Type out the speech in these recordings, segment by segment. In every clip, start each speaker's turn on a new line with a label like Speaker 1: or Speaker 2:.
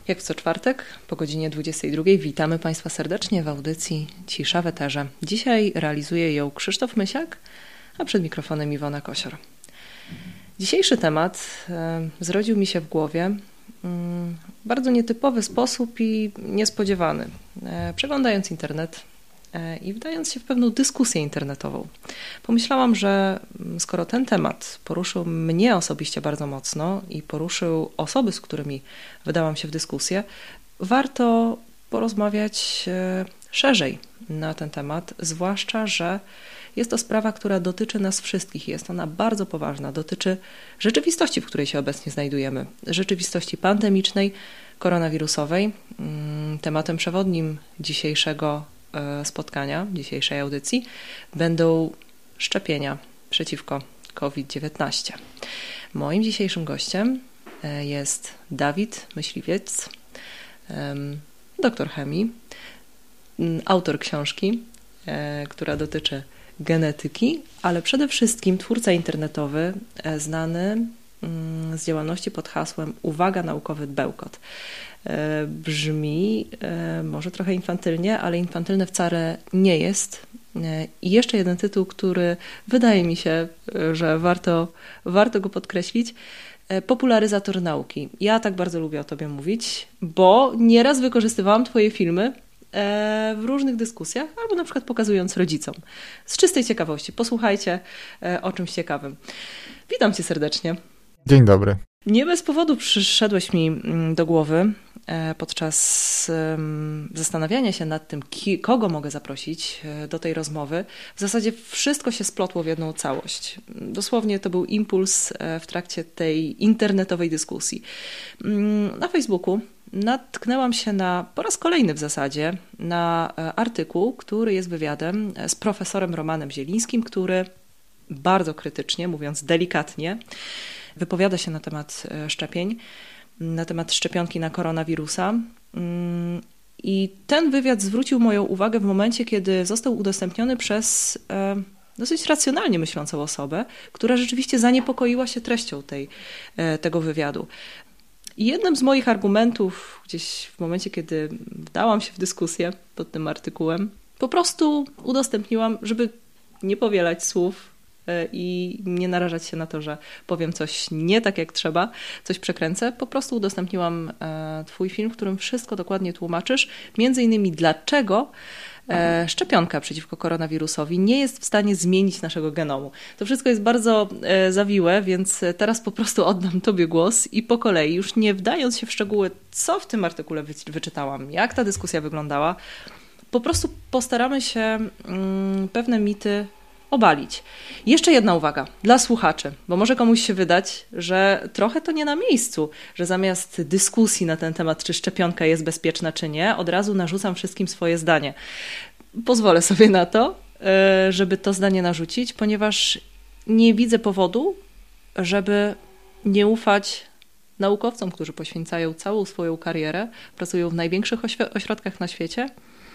Speaker 1: Jak co czwartek po godzinie 22 witamy Państwa serdecznie w audycji Cisza w eterze. Dzisiaj realizuje ją Krzysztof Mysiak, a przed mikrofonem Iwona Kosior. Dzisiejszy temat zrodził mi się w głowie w bardzo nietypowy sposób i niespodziewany. Przeglądając internet i wdając się w pewną dyskusję internetową, pomyślałam, że skoro ten temat poruszył mnie osobiście bardzo mocno i poruszył osoby, z którymi wdałam się w dyskusję, warto porozmawiać szerzej na ten temat, zwłaszcza, że jest to sprawa, która dotyczy nas wszystkich. Jest ona bardzo poważna. Dotyczy rzeczywistości, w której się obecnie znajdujemy. Rzeczywistości pandemicznej, koronawirusowej. Tematem przewodnim dzisiejszego spotkania, dzisiejszej audycji będą szczepienia przeciwko COVID-19. Moim dzisiejszym gościem jest Dawid Myśliwiec, doktor chemii, autor książki, która dotyczy genetyki, ale przede wszystkim twórca internetowy znany z działalności pod hasłem Uwaga, naukowy bełkot. Brzmi może trochę infantylnie, ale infantylne wcale nie jest. I jeszcze jeden tytuł, który wydaje mi się, że warto go podkreślić. Popularyzator nauki. Ja tak bardzo lubię o tobie mówić, bo nieraz wykorzystywałam twoje filmy w różnych dyskusjach, albo na przykład pokazując rodzicom. Z czystej ciekawości. Posłuchajcie o czymś ciekawym. Witam cię serdecznie.
Speaker 2: Dzień dobry.
Speaker 1: Nie bez powodu przyszedłeś mi do głowy podczas zastanawiania się nad tym, kogo mogę zaprosić do tej rozmowy. W zasadzie wszystko się splotło w jedną całość. Dosłownie to był impuls w trakcie tej internetowej dyskusji. Na Facebooku natknęłam się po raz kolejny w zasadzie na artykuł, który jest wywiadem z profesorem Romanem Zielińskim, który bardzo krytycznie, mówiąc delikatnie, wypowiada się na temat szczepień, na temat szczepionki na koronawirusa. I ten wywiad zwrócił moją uwagę w momencie, kiedy został udostępniony przez dosyć racjonalnie myślącą osobę, która rzeczywiście zaniepokoiła się treścią tego wywiadu. I jednym z moich argumentów gdzieś w momencie, kiedy wdałam się w dyskusję pod tym artykułem, po prostu udostępniłam, żeby nie powielać słów i nie narażać się na to, że powiem coś nie tak jak trzeba, coś przekręcę. Po prostu udostępniłam twój film, w którym wszystko dokładnie tłumaczysz, między innymi dlaczego szczepionka przeciwko koronawirusowi nie jest w stanie zmienić naszego genomu. To wszystko jest bardzo zawiłe, więc teraz po prostu oddam tobie głos i po kolei, już nie wdając się w szczegóły, co w tym artykule wyczytałam, jak ta dyskusja wyglądała, po prostu postaramy się pewne mity obalić. Jeszcze jedna uwaga dla słuchaczy, bo może komuś się wydać, że trochę to nie na miejscu, że zamiast dyskusji na ten temat, czy szczepionka jest bezpieczna, czy nie, od razu narzucam wszystkim swoje zdanie. Pozwolę sobie na to, żeby to zdanie narzucić, ponieważ nie widzę powodu, żeby nie ufać naukowcom, którzy poświęcają całą swoją karierę, pracują w największych ośrodkach na świecie,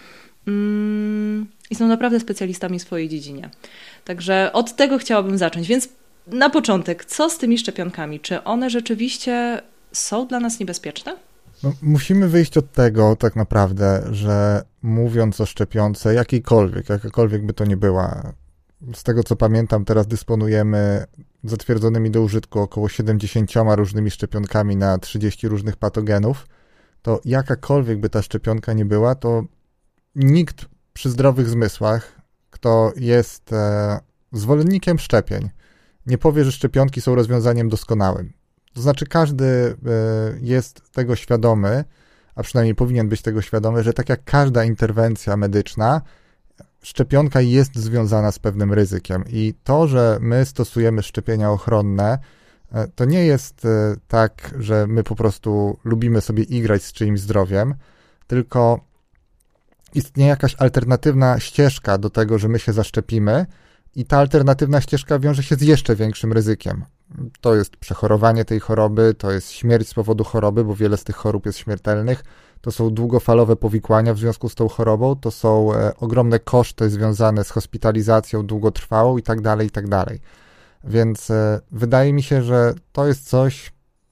Speaker 1: i są naprawdę specjalistami w swojej dziedzinie. Także od tego chciałabym zacząć. Więc na początek, co z tymi szczepionkami? Czy one rzeczywiście są dla nas niebezpieczne?
Speaker 2: No, musimy wyjść od tego tak naprawdę, że mówiąc o szczepionce, jakakolwiek by to nie była, z tego co pamiętam, teraz dysponujemy zatwierdzonymi do użytku około 70 różnymi szczepionkami na 30 różnych patogenów, to jakakolwiek by ta szczepionka nie była, to nikt przy zdrowych zmysłach, kto jest zwolennikiem szczepień, nie powie, że szczepionki są rozwiązaniem doskonałym. To znaczy każdy jest tego świadomy, a przynajmniej powinien być tego świadomy, że tak jak każda interwencja medyczna, szczepionka jest związana z pewnym ryzykiem. I to, że my stosujemy szczepienia ochronne, to nie jest tak, że my po prostu lubimy sobie igrać z czyimś zdrowiem, tylko istnieje jakaś alternatywna ścieżka do tego, że my się zaszczepimy i ta alternatywna ścieżka wiąże się z jeszcze większym ryzykiem. To jest przechorowanie tej choroby, to jest śmierć z powodu choroby, bo wiele z tych chorób jest śmiertelnych, to są długofalowe powikłania w związku z tą chorobą, to są ogromne koszty związane z hospitalizacją długotrwałą i tak dalej, i tak dalej. Więc wydaje mi się, że to jest coś,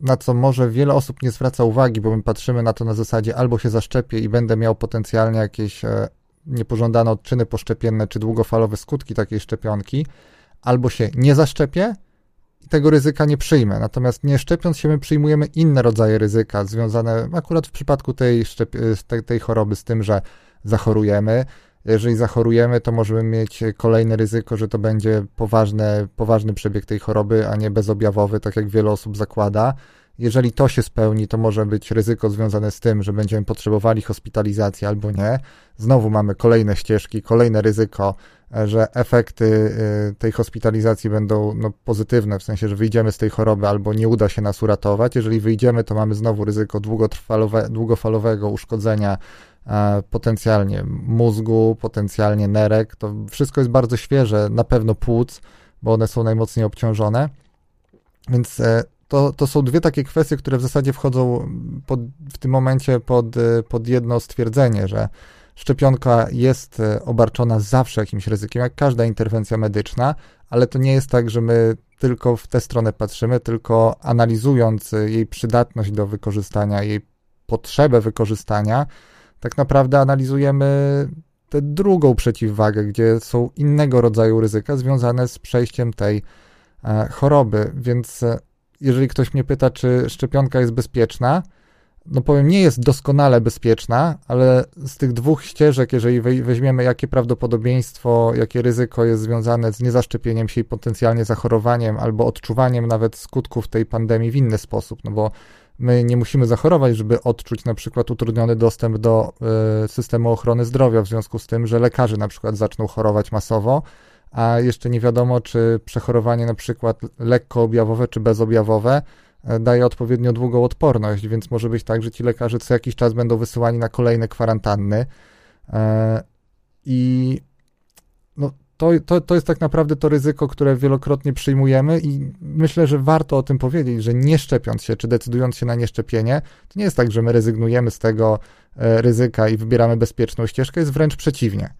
Speaker 2: na co może wiele osób nie zwraca uwagi, bo my patrzymy na to na zasadzie albo się zaszczepię i będę miał potencjalnie jakieś niepożądane odczyny poszczepienne czy długofalowe skutki takiej szczepionki, albo się nie zaszczepię i tego ryzyka nie przyjmę. Natomiast nie szczepiąc się, my przyjmujemy inne rodzaje ryzyka związane akurat w przypadku tej choroby z tym, że zachorujemy. Jeżeli zachorujemy, to możemy mieć kolejne ryzyko, że to będzie poważny przebieg tej choroby, a nie bezobjawowy, tak jak wiele osób zakłada. Jeżeli to się spełni, to może być ryzyko związane z tym, że będziemy potrzebowali hospitalizacji albo nie. Znowu mamy kolejne ścieżki, kolejne ryzyko, że efekty tej hospitalizacji będą pozytywne, w sensie, że wyjdziemy z tej choroby albo nie uda się nas uratować. Jeżeli wyjdziemy, to mamy znowu ryzyko długofalowego uszkodzenia potencjalnie mózgu, potencjalnie nerek. To wszystko jest bardzo świeże, na pewno płuc, bo one są najmocniej obciążone. Więc to są dwie takie kwestie, które w zasadzie wchodzą w tym momencie pod jedno stwierdzenie, że szczepionka jest obarczona zawsze jakimś ryzykiem, jak każda interwencja medyczna, ale to nie jest tak, że my tylko w tę stronę patrzymy, tylko analizując jej przydatność do wykorzystania, jej potrzebę wykorzystania, tak naprawdę analizujemy tę drugą przeciwwagę, gdzie są innego rodzaju ryzyka związane z przejściem tej choroby. Więc jeżeli ktoś mnie pyta, czy szczepionka jest bezpieczna, no powiem, nie jest doskonale bezpieczna, ale z tych dwóch ścieżek, jeżeli weźmiemy, jakie prawdopodobieństwo, jakie ryzyko jest związane z niezaszczepieniem się i potencjalnie zachorowaniem albo odczuwaniem nawet skutków tej pandemii w inny sposób, no bo my nie musimy zachorować, żeby odczuć na przykład utrudniony dostęp do systemu ochrony zdrowia w związku z tym, że lekarze na przykład zaczną chorować masowo, a jeszcze nie wiadomo, czy przechorowanie na przykład lekkoobjawowe czy bezobjawowe daje odpowiednio długą odporność, więc może być tak, że ci lekarze co jakiś czas będą wysyłani na kolejne kwarantanny i no, to jest tak naprawdę to ryzyko, które wielokrotnie przyjmujemy i myślę, że warto o tym powiedzieć, że nie szczepiąc się, czy decydując się na nieszczepienie, to nie jest tak, że my rezygnujemy z tego ryzyka i wybieramy bezpieczną ścieżkę, jest wręcz przeciwnie.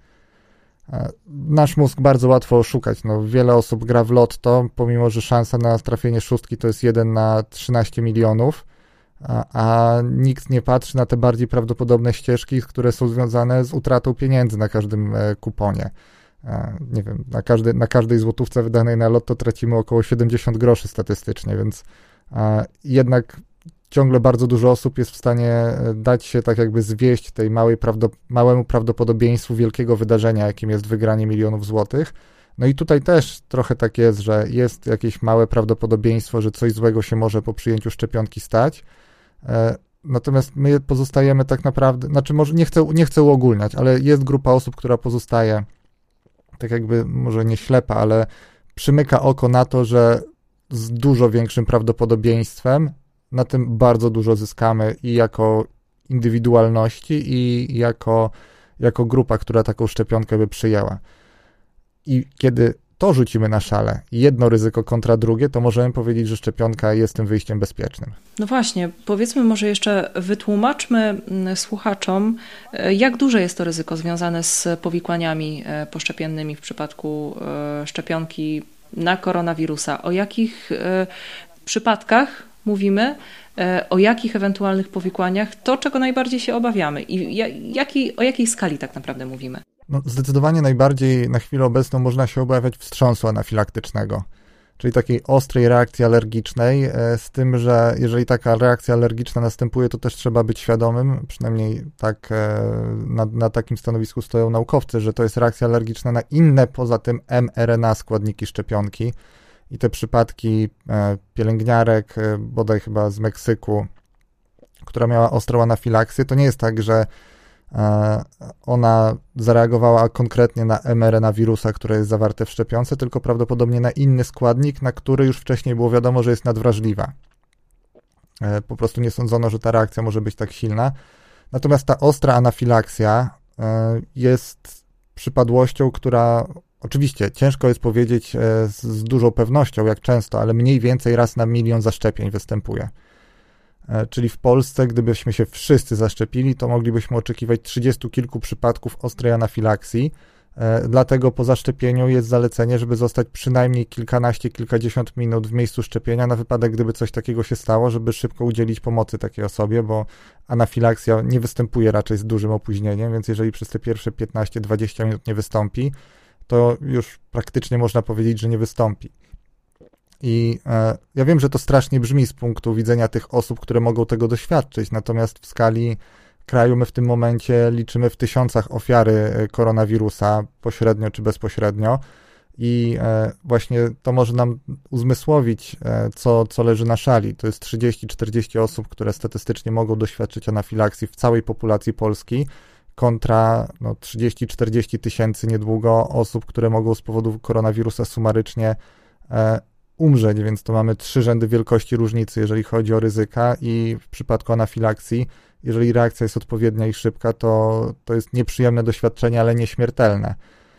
Speaker 2: Nasz mózg bardzo łatwo oszukać. No, wiele osób gra w lotto, pomimo że szansa na trafienie szóstki to jest 1 na 13 milionów, a nikt nie patrzy na te bardziej prawdopodobne ścieżki, które są związane z utratą pieniędzy na każdym kuponie. Nie wiem, na każdej złotówce wydanej na lotto tracimy około 70 groszy statystycznie, więc jednak ciągle bardzo dużo osób jest w stanie dać się tak jakby zwieść tej małemu prawdopodobieństwu wielkiego wydarzenia, jakim jest wygranie milionów złotych. No i tutaj też trochę tak jest, że jest jakieś małe prawdopodobieństwo, że coś złego się może po przyjęciu szczepionki stać. Natomiast my pozostajemy tak naprawdę, znaczy może nie chcę uogólniać, ale jest grupa osób, która pozostaje tak jakby może nie ślepa, ale przymyka oko na to, że z dużo większym prawdopodobieństwem na tym bardzo dużo zyskamy i jako indywidualności, i jako grupa, która taką szczepionkę by przyjęła. I kiedy to rzucimy na szale, jedno ryzyko kontra drugie, to możemy powiedzieć, że szczepionka jest tym wyjściem bezpiecznym.
Speaker 1: No właśnie, powiedzmy może jeszcze, wytłumaczmy słuchaczom, jak duże jest to ryzyko związane z powikłaniami poszczepiennymi w przypadku szczepionki na koronawirusa. O jakich przypadkach mówimy, o jakich ewentualnych powikłaniach, to czego najbardziej się obawiamy i o jakiej skali tak naprawdę mówimy?
Speaker 2: No, zdecydowanie najbardziej na chwilę obecną można się obawiać wstrząsu anafilaktycznego, czyli takiej ostrej reakcji alergicznej, z tym, że jeżeli taka reakcja alergiczna następuje, to też trzeba być świadomym, przynajmniej tak na takim stanowisku stoją naukowcy, że to jest reakcja alergiczna na inne poza tym mRNA składniki szczepionki. I te przypadki pielęgniarek, bodaj chyba z Meksyku, która miała ostrą anafilaksję, to nie jest tak, że ona zareagowała konkretnie na mRNA wirusa, które jest zawarte w szczepionce, tylko prawdopodobnie na inny składnik, na który już wcześniej było wiadomo, że jest nadwrażliwa. Po prostu nie sądzono, że ta reakcja może być tak silna. Natomiast ta ostra anafilaksja jest przypadłością, która oczywiście ciężko jest powiedzieć z dużą pewnością, jak często, ale mniej więcej raz na 1 milion zaszczepień występuje. Czyli w Polsce, gdybyśmy się wszyscy zaszczepili, to moglibyśmy oczekiwać 30 kilku przypadków ostrej anafilaksji, Dlatego po zaszczepieniu jest zalecenie, żeby zostać przynajmniej kilkanaście, kilkadziesiąt minut w miejscu szczepienia na wypadek, gdyby coś takiego się stało, żeby szybko udzielić pomocy takiej osobie, bo anafilakcja nie występuje raczej z dużym opóźnieniem, więc jeżeli przez te pierwsze 15-20 minut nie wystąpi, to już praktycznie można powiedzieć, że nie wystąpi. I ja wiem, że to strasznie brzmi z punktu widzenia tych osób, które mogą tego doświadczyć, natomiast w skali kraju my w tym momencie liczymy w tysiącach ofiary koronawirusa, pośrednio czy bezpośrednio, i właśnie to może nam uzmysłowić, co leży na szali. To jest 30-40 osób, które statystycznie mogą doświadczyć anafilaksji w całej populacji Polski, kontra 30-40 tysięcy niedługo osób, które mogą z powodu koronawirusa sumarycznie umrzeć, więc to mamy 3 rzędy wielkości różnicy, jeżeli chodzi o ryzyka, i w przypadku anafilaksji, jeżeli reakcja jest odpowiednia i szybka, to jest nieprzyjemne doświadczenie, ale nieśmiertelne.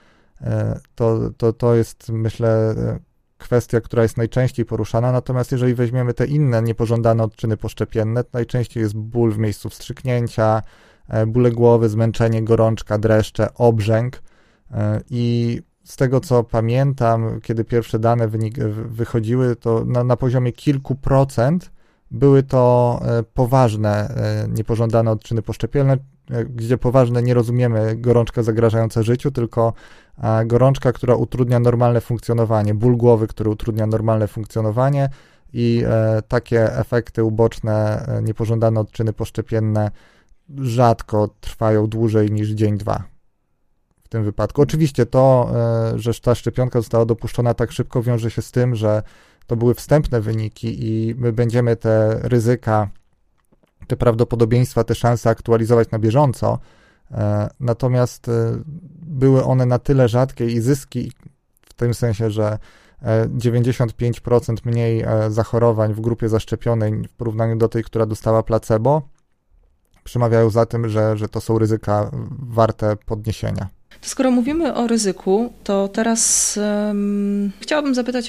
Speaker 2: To jest, myślę, kwestia, która jest najczęściej poruszana, natomiast jeżeli weźmiemy te inne niepożądane odczyny poszczepienne, to najczęściej jest ból w miejscu wstrzyknięcia, bóle głowy, zmęczenie, gorączka, dreszcze, obrzęk, i z tego, co pamiętam, kiedy pierwsze dane wychodziły, to na poziomie kilku procent były to poważne, niepożądane odczyny poszczepienne, gdzie poważne nie rozumiemy gorączka zagrażająca życiu, tylko gorączka, która utrudnia normalne funkcjonowanie, ból głowy, który utrudnia normalne funkcjonowanie, i takie efekty uboczne, niepożądane odczyny poszczepienne rzadko trwają dłużej niż dzień, 2. W tym wypadku. Oczywiście to, że ta szczepionka została dopuszczona tak szybko, wiąże się z tym, że to były wstępne wyniki i my będziemy te ryzyka, te prawdopodobieństwa, te szanse aktualizować na bieżąco. Natomiast były one na tyle rzadkie i zyski w tym sensie, że 95% mniej zachorowań w grupie zaszczepionej w porównaniu do tej, która dostała placebo, przemawiają za tym, że to są ryzyka warte podniesienia.
Speaker 1: To skoro mówimy o ryzyku, to teraz chciałabym zapytać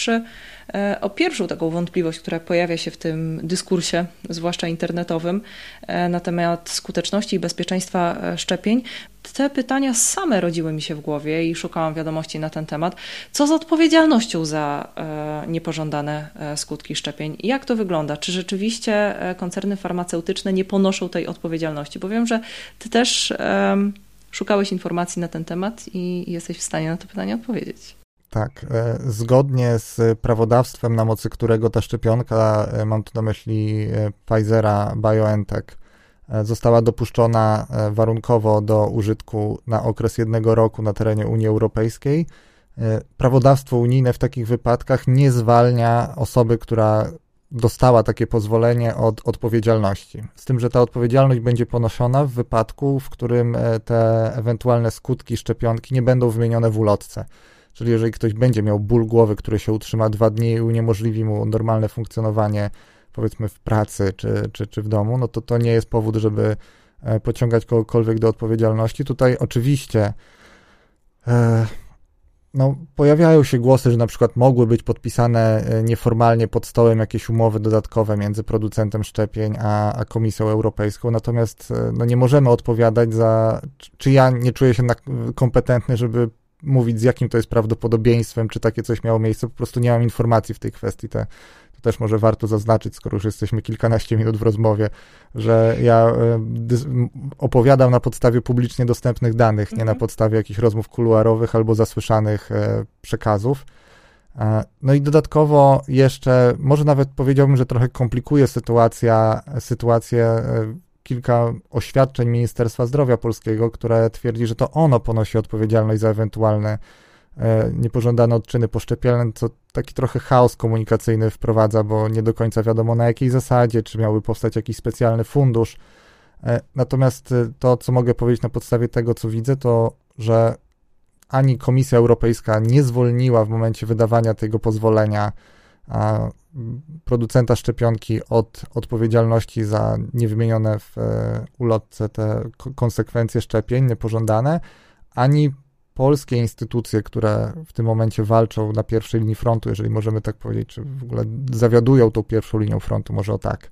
Speaker 1: o pierwszą taką wątpliwość, która pojawia się w tym dyskursie, zwłaszcza internetowym, na temat skuteczności i bezpieczeństwa szczepień. Te pytania same rodziły mi się w głowie i szukałam wiadomości na ten temat. Co z odpowiedzialnością za niepożądane skutki szczepień? Jak to wygląda? Czy rzeczywiście koncerny farmaceutyczne nie ponoszą tej odpowiedzialności? Bo wiem, że ty też szukałeś informacji na ten temat i jesteś w stanie na to pytanie odpowiedzieć.
Speaker 2: Tak, zgodnie z prawodawstwem, na mocy którego ta szczepionka, mam tu na myśli Pfizera BioNTech, została dopuszczona warunkowo do użytku na okres 1 roku na terenie Unii Europejskiej. Prawodawstwo unijne w takich wypadkach nie zwalnia osoby, która dostała takie pozwolenie, od odpowiedzialności. Z tym, że ta odpowiedzialność będzie ponoszona w wypadku, w którym te ewentualne skutki szczepionki nie będą wymienione w ulotce. Czyli jeżeli ktoś będzie miał ból głowy, który się utrzyma 2 dni i uniemożliwi mu normalne funkcjonowanie, powiedzmy w pracy czy w domu, no to nie jest powód, żeby pociągać kogokolwiek do odpowiedzialności. Tutaj oczywiście pojawiają się głosy, że na przykład mogły być podpisane nieformalnie pod stołem jakieś umowy dodatkowe między producentem szczepień a Komisją Europejską, natomiast nie możemy odpowiadać za, czy ja nie czuję się kompetentny, żeby mówić, z jakim to jest prawdopodobieństwem, czy takie coś miało miejsce, po prostu nie mam informacji w tej kwestii. To też może warto zaznaczyć, skoro już jesteśmy kilkanaście minut w rozmowie, że ja opowiadam na podstawie publicznie dostępnych danych, nie na podstawie jakichś rozmów kuluarowych albo zasłyszanych przekazów. No i dodatkowo jeszcze, może nawet powiedziałbym, że trochę komplikuje sytuację kilka oświadczeń Ministerstwa Zdrowia Polskiego, które twierdzi, że to ono ponosi odpowiedzialność za ewentualne niepożądane odczyny poszczepienne, co taki trochę chaos komunikacyjny wprowadza, bo nie do końca wiadomo, na jakiej zasadzie, czy miałby powstać jakiś specjalny fundusz. Natomiast to, co mogę powiedzieć na podstawie tego, co widzę, to, że ani Komisja Europejska nie zwolniła w momencie wydawania tego pozwolenia producenta szczepionki od odpowiedzialności za niewymienione w ulotce te konsekwencje szczepień niepożądane, ani polskie instytucje, które w tym momencie walczą na pierwszej linii frontu, jeżeli możemy tak powiedzieć, czy w ogóle zawiadują tą pierwszą linią frontu, może o tak,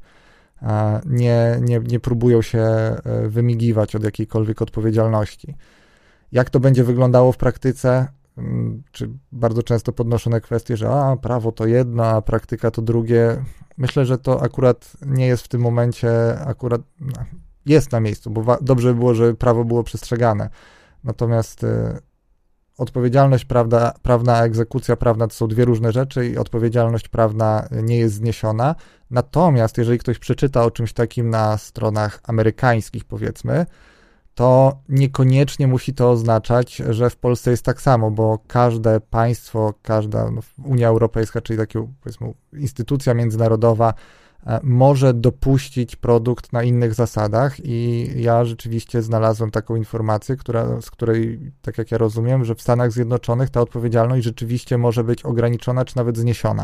Speaker 2: nie próbują się wymigiwać od jakiejkolwiek odpowiedzialności. Jak to będzie wyglądało w praktyce? Czy bardzo często podnoszone kwestie, że prawo to jedno, a praktyka to drugie. Myślę, że to akurat nie jest w tym momencie, jest na miejscu, bo dobrze by było, żeby prawo było przestrzegane. Natomiast odpowiedzialność prawna, a egzekucja prawna to są dwie różne rzeczy i odpowiedzialność prawna nie jest zniesiona. Natomiast jeżeli ktoś przeczyta o czymś takim na stronach amerykańskich, powiedzmy, to niekoniecznie musi to oznaczać, że w Polsce jest tak samo, bo każde państwo, każda Unia Europejska, czyli taka, powiedzmy, instytucja międzynarodowa może dopuścić produkt na innych zasadach i ja rzeczywiście znalazłem taką informację, z której, tak jak ja rozumiem, że w Stanach Zjednoczonych ta odpowiedzialność rzeczywiście może być ograniczona, czy nawet zniesiona.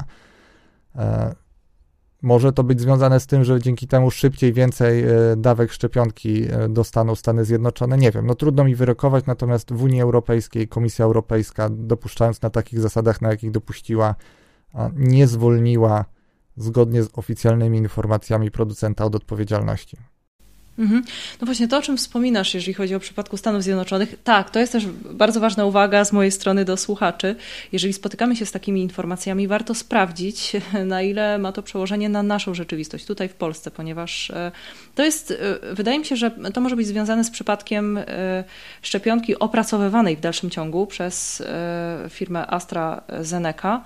Speaker 2: Może to być związane z tym, że dzięki temu szybciej więcej dawek szczepionki dostaną Stany Zjednoczone. Nie wiem, trudno mi wyrokować, natomiast w Unii Europejskiej Komisja Europejska, dopuszczając na takich zasadach, na jakich dopuściła, nie zwolniła zgodnie z oficjalnymi informacjami producenta od odpowiedzialności.
Speaker 1: No właśnie to, o czym wspominasz, jeżeli chodzi o przypadku Stanów Zjednoczonych, tak, to jest też bardzo ważna uwaga z mojej strony do słuchaczy. Jeżeli spotykamy się z takimi informacjami, warto sprawdzić, na ile ma to przełożenie na naszą rzeczywistość tutaj w Polsce, ponieważ to jest, wydaje mi się, że to może być związane z przypadkiem szczepionki opracowywanej w dalszym ciągu przez firmę AstraZeneca.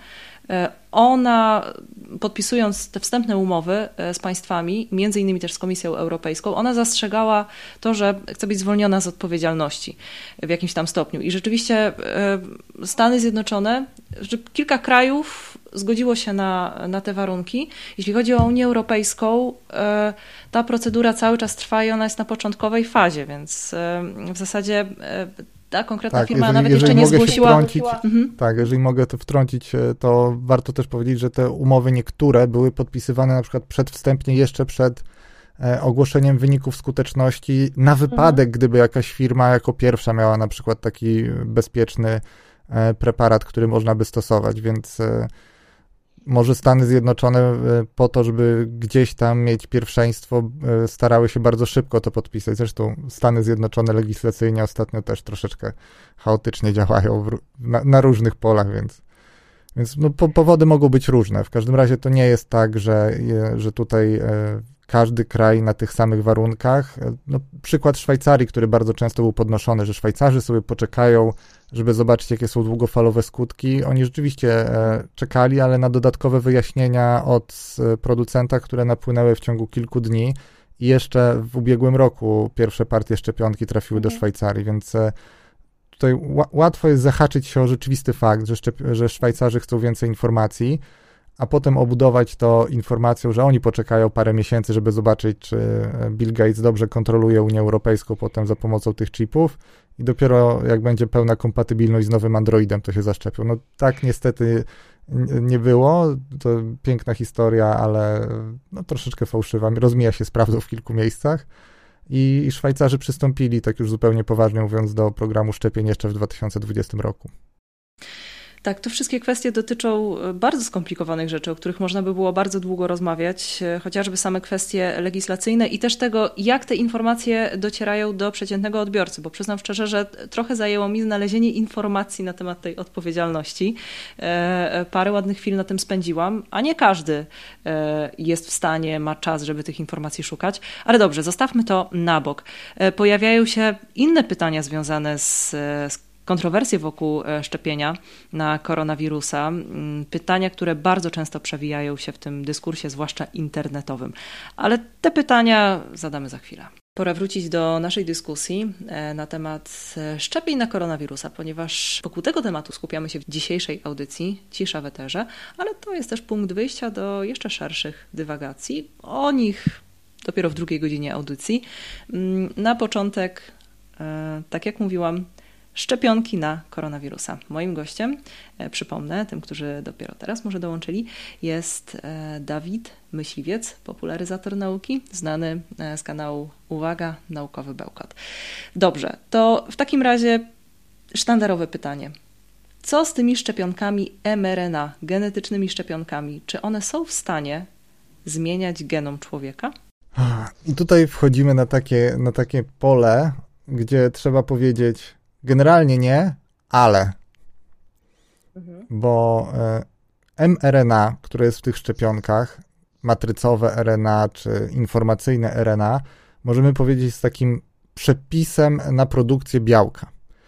Speaker 1: Ona, podpisując te wstępne umowy z państwami, między innymi też z Komisją Europejską, ona zastrzegała to, że chce być zwolniona z odpowiedzialności w jakimś tam stopniu. I rzeczywiście Stany Zjednoczone, że kilka krajów zgodziło się na te warunki. Jeśli chodzi o Unię Europejską, ta procedura cały czas trwa i ona jest na początkowej fazie, więc w zasadzie ta konkretna firma nawet jeszcze nie zgłosiła.
Speaker 2: Tak, jeżeli mogę to wtrącić, to warto też powiedzieć, że te umowy niektóre były podpisywane na przykład przedwstępnie, jeszcze przed ogłoszeniem wyników skuteczności, na wypadek, gdyby jakaś firma jako pierwsza miała na przykład taki bezpieczny preparat, który można by stosować, więc może Stany Zjednoczone po to, żeby gdzieś tam mieć pierwszeństwo, starały się bardzo szybko to podpisać. Zresztą Stany Zjednoczone legislacyjnie ostatnio też troszeczkę chaotycznie działają na różnych polach, więc powody mogą być różne. W każdym razie to nie jest tak, że tutaj każdy kraj na tych samych warunkach. Przykład Szwajcarii, który bardzo często był podnoszony, że Szwajcarzy sobie poczekają, żeby zobaczyć, jakie są długofalowe skutki. Oni rzeczywiście czekali, ale na dodatkowe wyjaśnienia od producenta, które napłynęły w ciągu kilku dni i jeszcze w ubiegłym roku pierwsze partie szczepionki trafiły do Szwajcarii, więc tutaj łatwo jest zahaczyć się o rzeczywisty fakt, że Szwajcarzy chcą więcej informacji, a potem obudować to informacją, że oni poczekają parę miesięcy, żeby zobaczyć, czy Bill Gates dobrze kontroluje Unię Europejską potem za pomocą tych chipów i dopiero jak będzie pełna kompatybilność z nowym Androidem, to się zaszczepią. Tak niestety nie było. To piękna historia, ale troszeczkę fałszywa. Rozmija się z prawdą w kilku miejscach. I Szwajcarzy przystąpili, tak już zupełnie poważnie mówiąc, do programu szczepień jeszcze w 2020 roku.
Speaker 1: Tak, to wszystkie kwestie dotyczą bardzo skomplikowanych rzeczy, o których można by było bardzo długo rozmawiać, chociażby same kwestie legislacyjne i też tego, jak te informacje docierają do przeciętnego odbiorcy, bo przyznam szczerze, że trochę zajęło mi znalezienie informacji na temat tej odpowiedzialności. Parę ładnych chwil na tym spędziłam, a nie każdy jest w stanie, ma czas, żeby tych informacji szukać. Ale dobrze, zostawmy to na bok. Pojawiają się inne pytania związane z kontrowersje wokół szczepienia na koronawirusa. Pytania, które bardzo często przewijają się w tym dyskursie, zwłaszcza internetowym. Ale te pytania zadamy za chwilę. Pora wrócić do naszej dyskusji na temat szczepień na koronawirusa, ponieważ wokół tego tematu skupiamy się w dzisiejszej audycji Cisza w eterze, ale to jest też punkt wyjścia do jeszcze szerszych dywagacji. O nich dopiero w drugiej godzinie audycji. Na początek, tak jak mówiłam, szczepionki na koronawirusa. Moim gościem, przypomnę tym, którzy dopiero teraz może dołączyli, jest Dawid Myśliwiec, popularyzator nauki, znany z kanału Uwaga, Naukowy Bełkot. Dobrze, to w takim razie sztandarowe pytanie. Co z tymi szczepionkami mRNA, genetycznymi szczepionkami? Czy one są w stanie zmieniać genom człowieka?
Speaker 2: I tutaj wchodzimy na takie pole, gdzie trzeba powiedzieć, Generalnie nie, ale bo mRNA, które jest w tych szczepionkach, matrycowe RNA czy informacyjne RNA, możemy powiedzieć, jest takim przepisem na produkcję białka.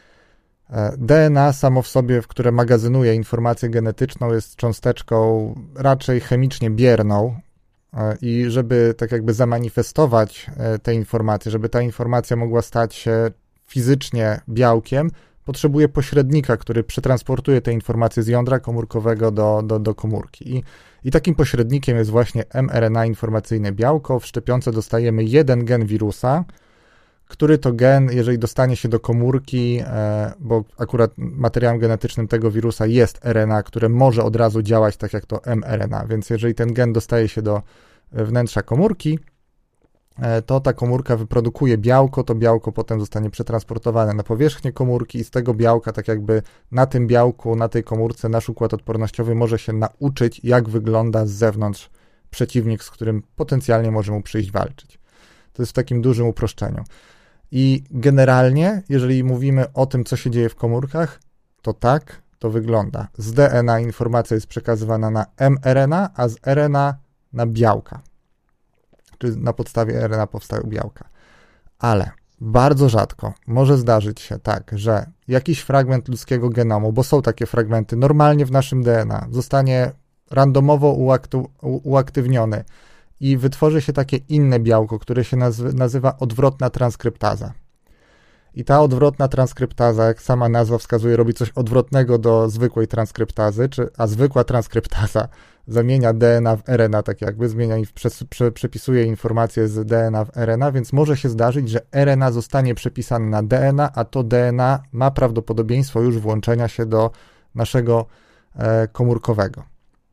Speaker 2: DNA samo w sobie, które magazynuje informację genetyczną, jest cząsteczką raczej chemicznie bierną i żeby tak jakby zamanifestować te informacje, żeby ta informacja mogła stać się fizycznie białkiem, potrzebuje pośrednika, który przetransportuje te informacje z jądra komórkowego do komórki. I takim pośrednikiem jest właśnie mRNA informacyjne białko. W szczepionce dostajemy jeden gen wirusa, który to gen, jeżeli dostanie się do komórki, bo akurat materiałem genetycznym tego wirusa jest RNA, które może od razu działać tak jak to mRNA, więc jeżeli ten gen dostaje się do wnętrza komórki, to ta komórka wyprodukuje białko, to białko potem zostanie przetransportowane na powierzchnię komórki i z tego białka, tak jakby na tym białku, na tej komórce nasz układ odpornościowy może się nauczyć, jak wygląda z zewnątrz przeciwnik, z którym potencjalnie może mu przyjść walczyć. To jest w takim dużym uproszczeniu. I generalnie, jeżeli mówimy o tym, co się dzieje w komórkach, to tak to wygląda. Z DNA informacja jest przekazywana na mRNA, a z RNA na białka. Czy na podstawie RNA powstają białka. Ale bardzo rzadko może zdarzyć się tak, że jakiś fragment ludzkiego genomu, bo są takie fragmenty normalnie w naszym DNA, zostanie randomowo uaktywniony i wytworzy się takie inne białko, które się nazywa odwrotna transkryptaza. I ta odwrotna transkryptaza, jak sama nazwa wskazuje, robi coś odwrotnego do zwykłej transkryptazy, a zwykła transkryptaza zamienia DNA w RNA, tak jakby zmienia i przepisuje informacje z DNA w RNA, więc może się zdarzyć, że RNA zostanie przepisane na DNA, a to DNA ma prawdopodobieństwo już włączenia się do naszego komórkowego.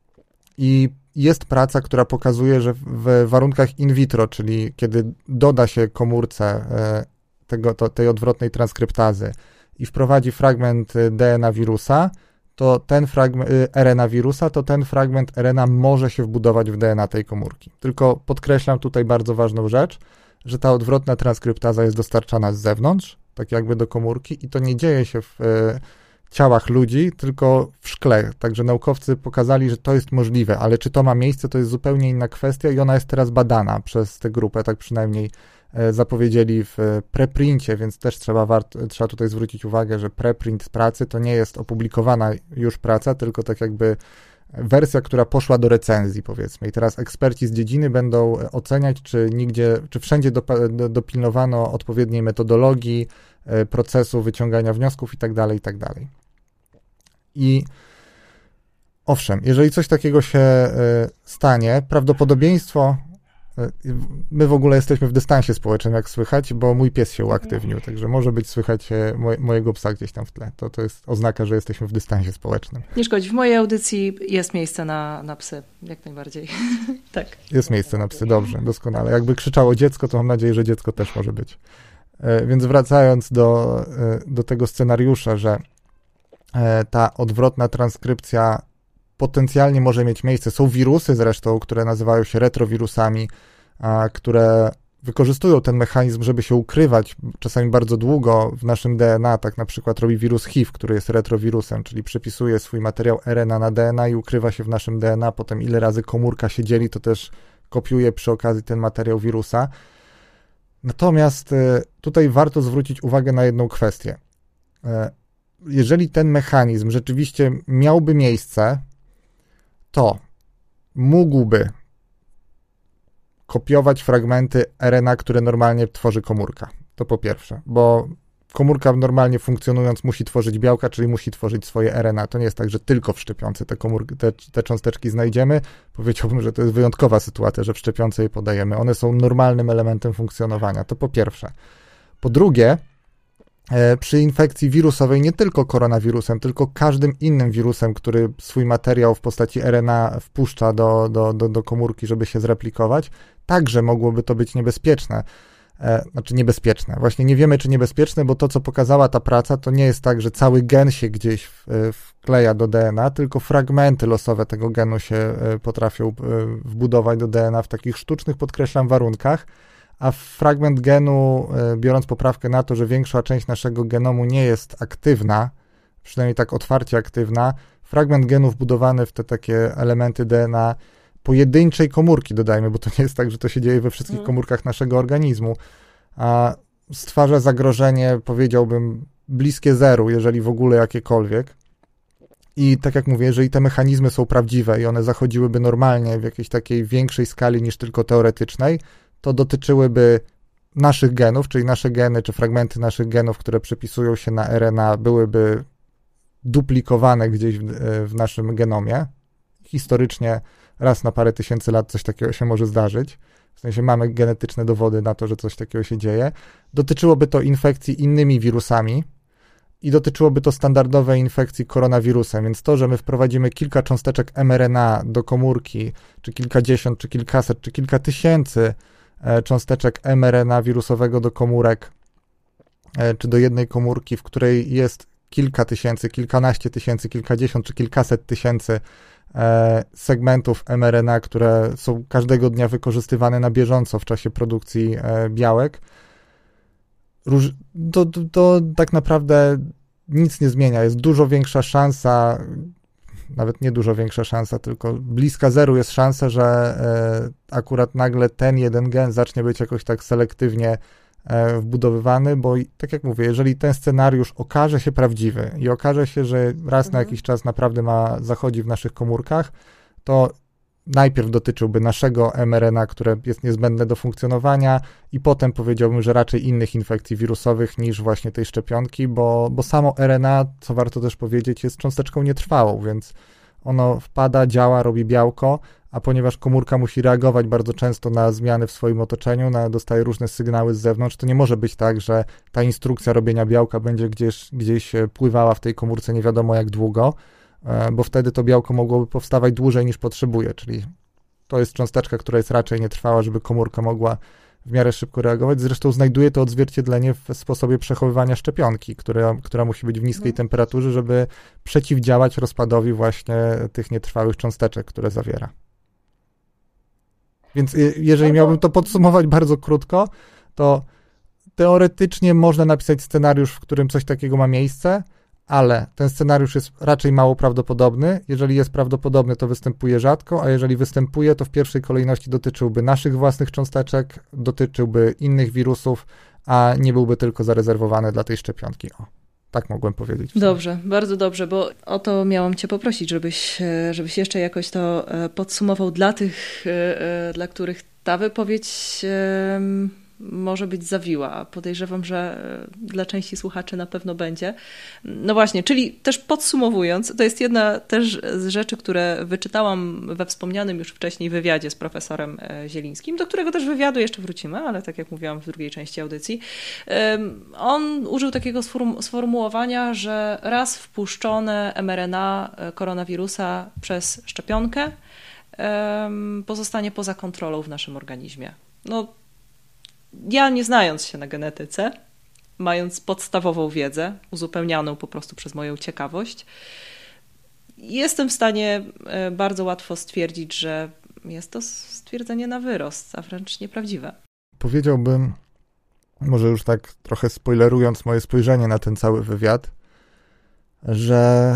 Speaker 2: I jest praca, która pokazuje, że w warunkach in vitro, czyli kiedy doda się komórce tej odwrotnej transkryptazy i wprowadzi fragment DNA wirusa, to ten fragment RNA wirusa, to ten fragment RNA może się wbudować w DNA tej komórki. Tylko podkreślam tutaj bardzo ważną rzecz, że ta odwrotna transkryptaza jest dostarczana z zewnątrz, tak jakby do komórki i to nie dzieje się w ciałach ludzi, tylko w szkle. Także naukowcy pokazali, że to jest możliwe, ale czy to ma miejsce, to jest zupełnie inna kwestia i ona jest teraz badana przez tę grupę, tak przynajmniej zapowiedzieli w preprincie, więc też trzeba tutaj zwrócić uwagę, że preprint z pracy to nie jest opublikowana już praca, tylko tak jakby wersja, która poszła do recenzji, powiedzmy. I teraz eksperci z dziedziny będą oceniać, czy wszędzie dopilnowano odpowiedniej metodologii, procesu wyciągania wniosków i tak dalej, i tak dalej. I owszem, jeżeli coś takiego się stanie, prawdopodobieństwo, my w ogóle jesteśmy w dystansie społecznym, jak słychać, bo mój pies się uaktywnił, także może być słychać mojego psa gdzieś tam w tle. To jest oznaka, że jesteśmy w dystansie społecznym.
Speaker 1: Nie szkodzi, w mojej audycji jest miejsce na psy, jak najbardziej. Tak.
Speaker 2: Jest miejsce na psy, dobrze, doskonale. Jakby krzyczało dziecko, to mam nadzieję, że dziecko też może być. Więc wracając do tego scenariusza, że ta odwrotna transkrypcja potencjalnie może mieć miejsce. Są wirusy zresztą, które nazywają się retrowirusami, które wykorzystują ten mechanizm, żeby się ukrywać czasami bardzo długo w naszym DNA. Tak na przykład robi wirus HIV, który jest retrowirusem, czyli przypisuje swój materiał RNA na DNA i ukrywa się w naszym DNA. Potem ile razy komórka się dzieli, to też kopiuje przy okazji ten materiał wirusa. Natomiast tutaj warto zwrócić uwagę na jedną kwestię. Jeżeli ten mechanizm rzeczywiście miałby miejsce, to mógłby kopiować fragmenty RNA, które normalnie tworzy komórka. To po pierwsze, bo komórka normalnie funkcjonując musi tworzyć białka, czyli musi tworzyć swoje RNA. To nie jest tak, że tylko w szczepionce te cząsteczki znajdziemy. Powiedziałbym, że to jest wyjątkowa sytuacja, że w szczepionce je podajemy. One są normalnym elementem funkcjonowania. To po pierwsze. Po drugie, przy infekcji wirusowej nie tylko koronawirusem, tylko każdym innym wirusem, który swój materiał w postaci RNA wpuszcza do komórki, żeby się zreplikować, także mogłoby to być niebezpieczne. Znaczy niebezpieczne. Właśnie nie wiemy, czy niebezpieczne, bo to, co pokazała ta praca, to nie jest tak, że cały gen się gdzieś wkleja do DNA, tylko fragmenty losowe tego genu się potrafią wbudować do DNA w takich sztucznych, podkreślam, warunkach, a fragment genu, biorąc poprawkę na to, że większa część naszego genomu nie jest aktywna, przynajmniej tak otwarcie aktywna, fragment genu wbudowany w te takie elementy DNA pojedynczej komórki, dodajmy, bo to nie jest tak, że to się dzieje we wszystkich komórkach naszego organizmu, a stwarza zagrożenie, powiedziałbym, bliskie zeru, jeżeli w ogóle jakiekolwiek. I tak jak mówię, jeżeli te mechanizmy są prawdziwe i one zachodziłyby normalnie w jakiejś takiej większej skali niż tylko teoretycznej, to dotyczyłyby naszych genów, czyli nasze geny, czy fragmenty naszych genów, które przepisują się na RNA, byłyby duplikowane gdzieś w naszym genomie. Historycznie raz na parę tysięcy lat coś takiego się może zdarzyć. W sensie mamy genetyczne dowody na to, że coś takiego się dzieje. Dotyczyłoby to infekcji innymi wirusami i dotyczyłoby to standardowej infekcji koronawirusem, więc to, że my wprowadzimy kilka cząsteczek mRNA do komórki, czy kilkadziesiąt, czy kilkaset, czy kilka tysięcy cząsteczek mRNA wirusowego do komórek, czy do jednej komórki, w której jest kilka tysięcy, kilkanaście tysięcy, kilkadziesiąt, czy kilkaset tysięcy segmentów mRNA, które są każdego dnia wykorzystywane na bieżąco w czasie produkcji białek, to tak naprawdę nic nie zmienia. Jest dużo większa szansa, nawet nie dużo większa szansa, tylko bliska zeru jest szansa, że akurat nagle ten jeden gen zacznie być jakoś tak selektywnie wbudowywany, bo tak jak mówię, jeżeli ten scenariusz okaże się prawdziwy i okaże się, że raz na jakiś czas naprawdę zachodzi w naszych komórkach, to najpierw dotyczyłby naszego mRNA, które jest niezbędne do funkcjonowania i potem powiedziałbym, że raczej innych infekcji wirusowych niż właśnie tej szczepionki, bo samo RNA, co warto też powiedzieć, jest cząsteczką nietrwałą, więc ono wpada, działa, robi białko, a ponieważ komórka musi reagować bardzo często na zmiany w swoim otoczeniu, dostaje różne sygnały z zewnątrz, to nie może być tak, że ta instrukcja robienia białka będzie gdzieś pływała w tej komórce nie wiadomo jak długo, bo wtedy to białko mogłoby powstawać dłużej niż potrzebuje, czyli to jest cząsteczka, która jest raczej nietrwała, żeby komórka mogła w miarę szybko reagować. Zresztą znajduje to odzwierciedlenie w sposobie przechowywania szczepionki, która musi być w niskiej temperaturze, żeby przeciwdziałać rozpadowi właśnie tych nietrwałych cząsteczek, które zawiera. Więc jeżeli miałbym to podsumować bardzo krótko, to teoretycznie można napisać scenariusz, w którym coś takiego ma miejsce, ale ten scenariusz jest raczej mało prawdopodobny. Jeżeli jest prawdopodobny, to występuje rzadko, a jeżeli występuje, to w pierwszej kolejności dotyczyłby naszych własnych cząsteczek, dotyczyłby innych wirusów, a nie byłby tylko zarezerwowany dla tej szczepionki. O, tak mogłem powiedzieć.
Speaker 1: Dobrze, bardzo dobrze, bo o to miałam Cię poprosić, żebyś jeszcze jakoś to podsumował dla tych, dla których ta wypowiedź może być zawiła. Podejrzewam, że dla części słuchaczy na pewno będzie. No właśnie, czyli też podsumowując, to jest jedna też z rzeczy, które wyczytałam we wspomnianym już wcześniej wywiadzie z profesorem Zielińskim, do którego też wywiadu jeszcze wrócimy, ale tak jak mówiłam w drugiej części audycji, on użył takiego sformułowania, że raz wpuszczone mRNA koronawirusa przez szczepionkę pozostanie poza kontrolą w naszym organizmie. No, ja nie znając się na genetyce, mając podstawową wiedzę, uzupełnianą po prostu przez moją ciekawość, jestem w stanie bardzo łatwo stwierdzić, że jest to stwierdzenie na wyrost, a wręcz nieprawdziwe.
Speaker 2: Powiedziałbym, może już tak trochę spoilerując moje spojrzenie na ten cały wywiad, że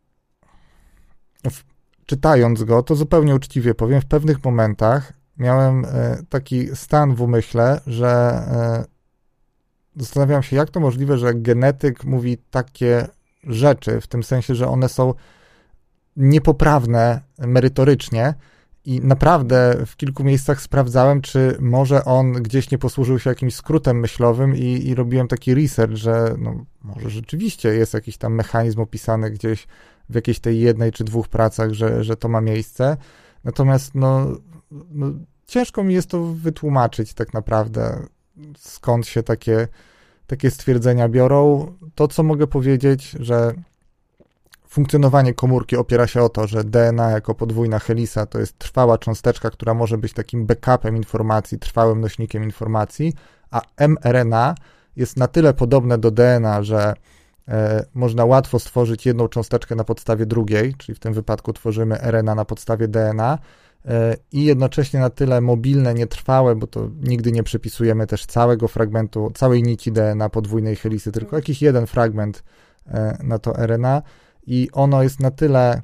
Speaker 2: czytając go, to zupełnie uczciwie powiem, w pewnych momentach miałem taki stan w umyśle, że zastanawiam się, jak to możliwe, że genetyk mówi takie rzeczy, w tym sensie, że one są niepoprawne merytorycznie i naprawdę w kilku miejscach sprawdzałem, czy może on gdzieś nie posłużył się jakimś skrótem myślowym i robiłem taki research, że no, może rzeczywiście jest jakiś tam mechanizm opisany gdzieś w jakiejś tej jednej czy dwóch pracach, że to ma miejsce. Natomiast no ciężko mi jest to wytłumaczyć tak naprawdę, skąd się takie stwierdzenia biorą. To, co mogę powiedzieć, że funkcjonowanie komórki opiera się o to, że DNA jako podwójna helisa to jest trwała cząsteczka, która może być takim backupem informacji, trwałym nośnikiem informacji, a mRNA jest na tyle podobne do DNA, że można łatwo stworzyć jedną cząsteczkę na podstawie drugiej, czyli w tym wypadku tworzymy RNA na podstawie DNA, i jednocześnie na tyle mobilne, nietrwałe, bo to nigdy nie przypisujemy też całego fragmentu, całej nici DNA podwójnej helisy, tylko jakiś jeden fragment na to RNA i ono jest na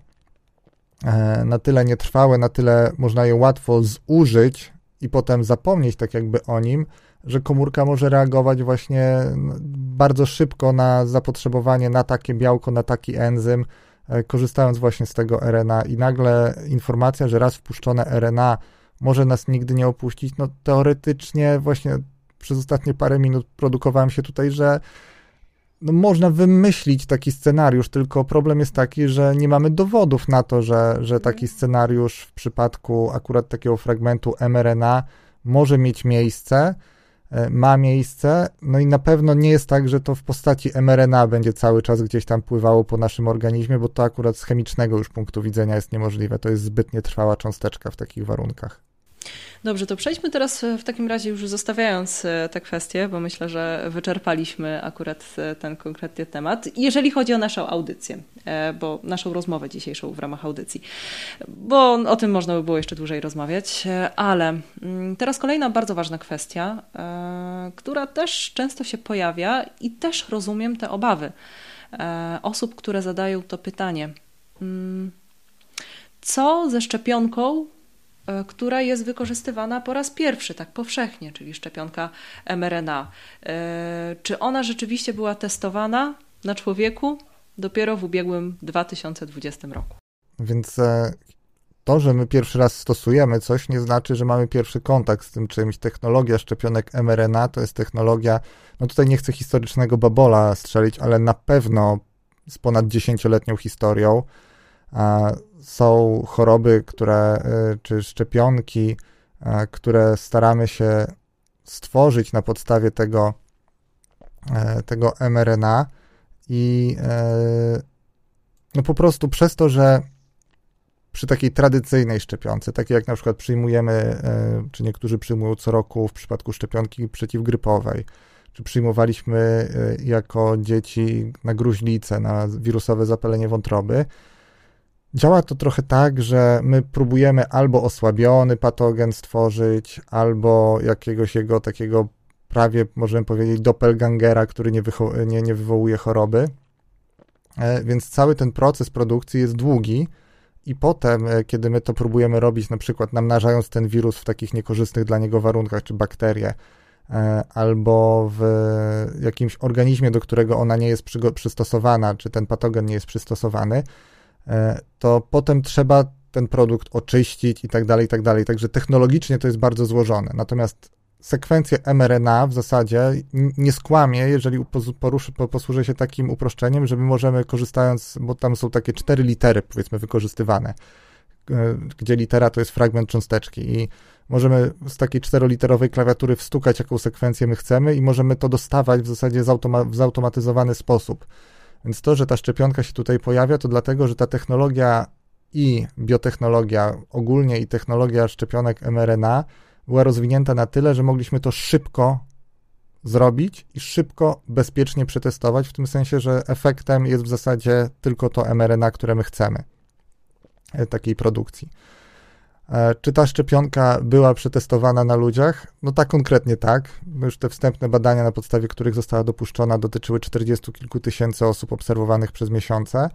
Speaker 2: tyle nietrwałe, na tyle można je łatwo zużyć i potem zapomnieć tak jakby o nim, że komórka może reagować właśnie bardzo szybko na zapotrzebowanie na takie białko, na taki enzym, korzystając właśnie z tego RNA i nagle informacja, że raz wpuszczone RNA może nas nigdy nie opuścić, no teoretycznie właśnie przez ostatnie parę minut produkowałem się tutaj, że no można wymyślić taki scenariusz, tylko problem jest taki, że nie mamy dowodów na to, że taki scenariusz w przypadku akurat takiego fragmentu mRNA może mieć miejsce, ma miejsce, no i na pewno nie jest tak, że to w postaci mRNA będzie cały czas gdzieś tam pływało po naszym organizmie, bo to akurat z chemicznego już punktu widzenia jest niemożliwe. To jest zbyt nietrwała cząsteczka w takich warunkach.
Speaker 1: Dobrze, to przejdźmy teraz w takim razie już zostawiając te kwestie, bo myślę, że wyczerpaliśmy akurat ten konkretny temat. Jeżeli chodzi o naszą audycję, bo naszą rozmowę dzisiejszą w ramach audycji, bo o tym można by było jeszcze dłużej rozmawiać, ale teraz kolejna bardzo ważna kwestia, która też często się pojawia i też rozumiem te obawy osób, które zadają to pytanie. Co ze szczepionką, która jest wykorzystywana po raz pierwszy, tak powszechnie, czyli szczepionka mRNA. Czy ona rzeczywiście była testowana na człowieku dopiero w ubiegłym 2020 roku?
Speaker 2: Więc to, że my pierwszy raz stosujemy coś, nie znaczy, że mamy pierwszy kontakt z tym czymś. Technologia szczepionek mRNA to jest technologia, no tutaj nie chcę historycznego babola strzelić, ale na pewno z ponad 10-letnią historią. Są choroby, czy szczepionki, które staramy się stworzyć na podstawie tego mRNA i no po prostu przez to, że przy takiej tradycyjnej szczepionce, takiej jak na przykład przyjmujemy, czy niektórzy przyjmują co roku w przypadku szczepionki przeciwgrypowej, czy przyjmowaliśmy jako dzieci na gruźlicę, na wirusowe zapalenie wątroby, działa to trochę tak, że my próbujemy albo osłabiony patogen stworzyć, albo jakiegoś jego takiego prawie, możemy powiedzieć, doppelgangera, który nie wywołuje choroby. Więc cały ten proces produkcji jest długi i potem, kiedy my to próbujemy robić, na przykład namnażając ten wirus w takich niekorzystnych dla niego warunkach, czy bakterie, albo w jakimś organizmie, do którego ona nie jest przystosowana, czy ten patogen nie jest przystosowany, to potem trzeba ten produkt oczyścić i tak dalej, i tak dalej. Także technologicznie to jest bardzo złożone. Natomiast sekwencję mRNA w zasadzie nie skłamie, jeżeli posłużę się takim uproszczeniem, że my możemy, korzystając, bo tam są takie 4 litery, powiedzmy, wykorzystywane, gdzie litera to jest fragment cząsteczki i możemy z takiej 4-literowej klawiatury wstukać, jaką sekwencję my chcemy i możemy to dostawać w zasadzie w zautomatyzowany sposób. Więc to, że ta szczepionka się tutaj pojawia, to dlatego, że ta technologia i biotechnologia ogólnie i technologia szczepionek mRNA była rozwinięta na tyle, że mogliśmy to szybko zrobić i szybko, bezpiecznie przetestować, w tym sensie, że efektem jest w zasadzie tylko to mRNA, które my chcemy, takiej produkcji. Czy ta szczepionka była przetestowana na ludziach? No tak, konkretnie tak. Już te wstępne badania, na podstawie których została dopuszczona, dotyczyły 40 kilku tysięcy osób obserwowanych przez miesiące,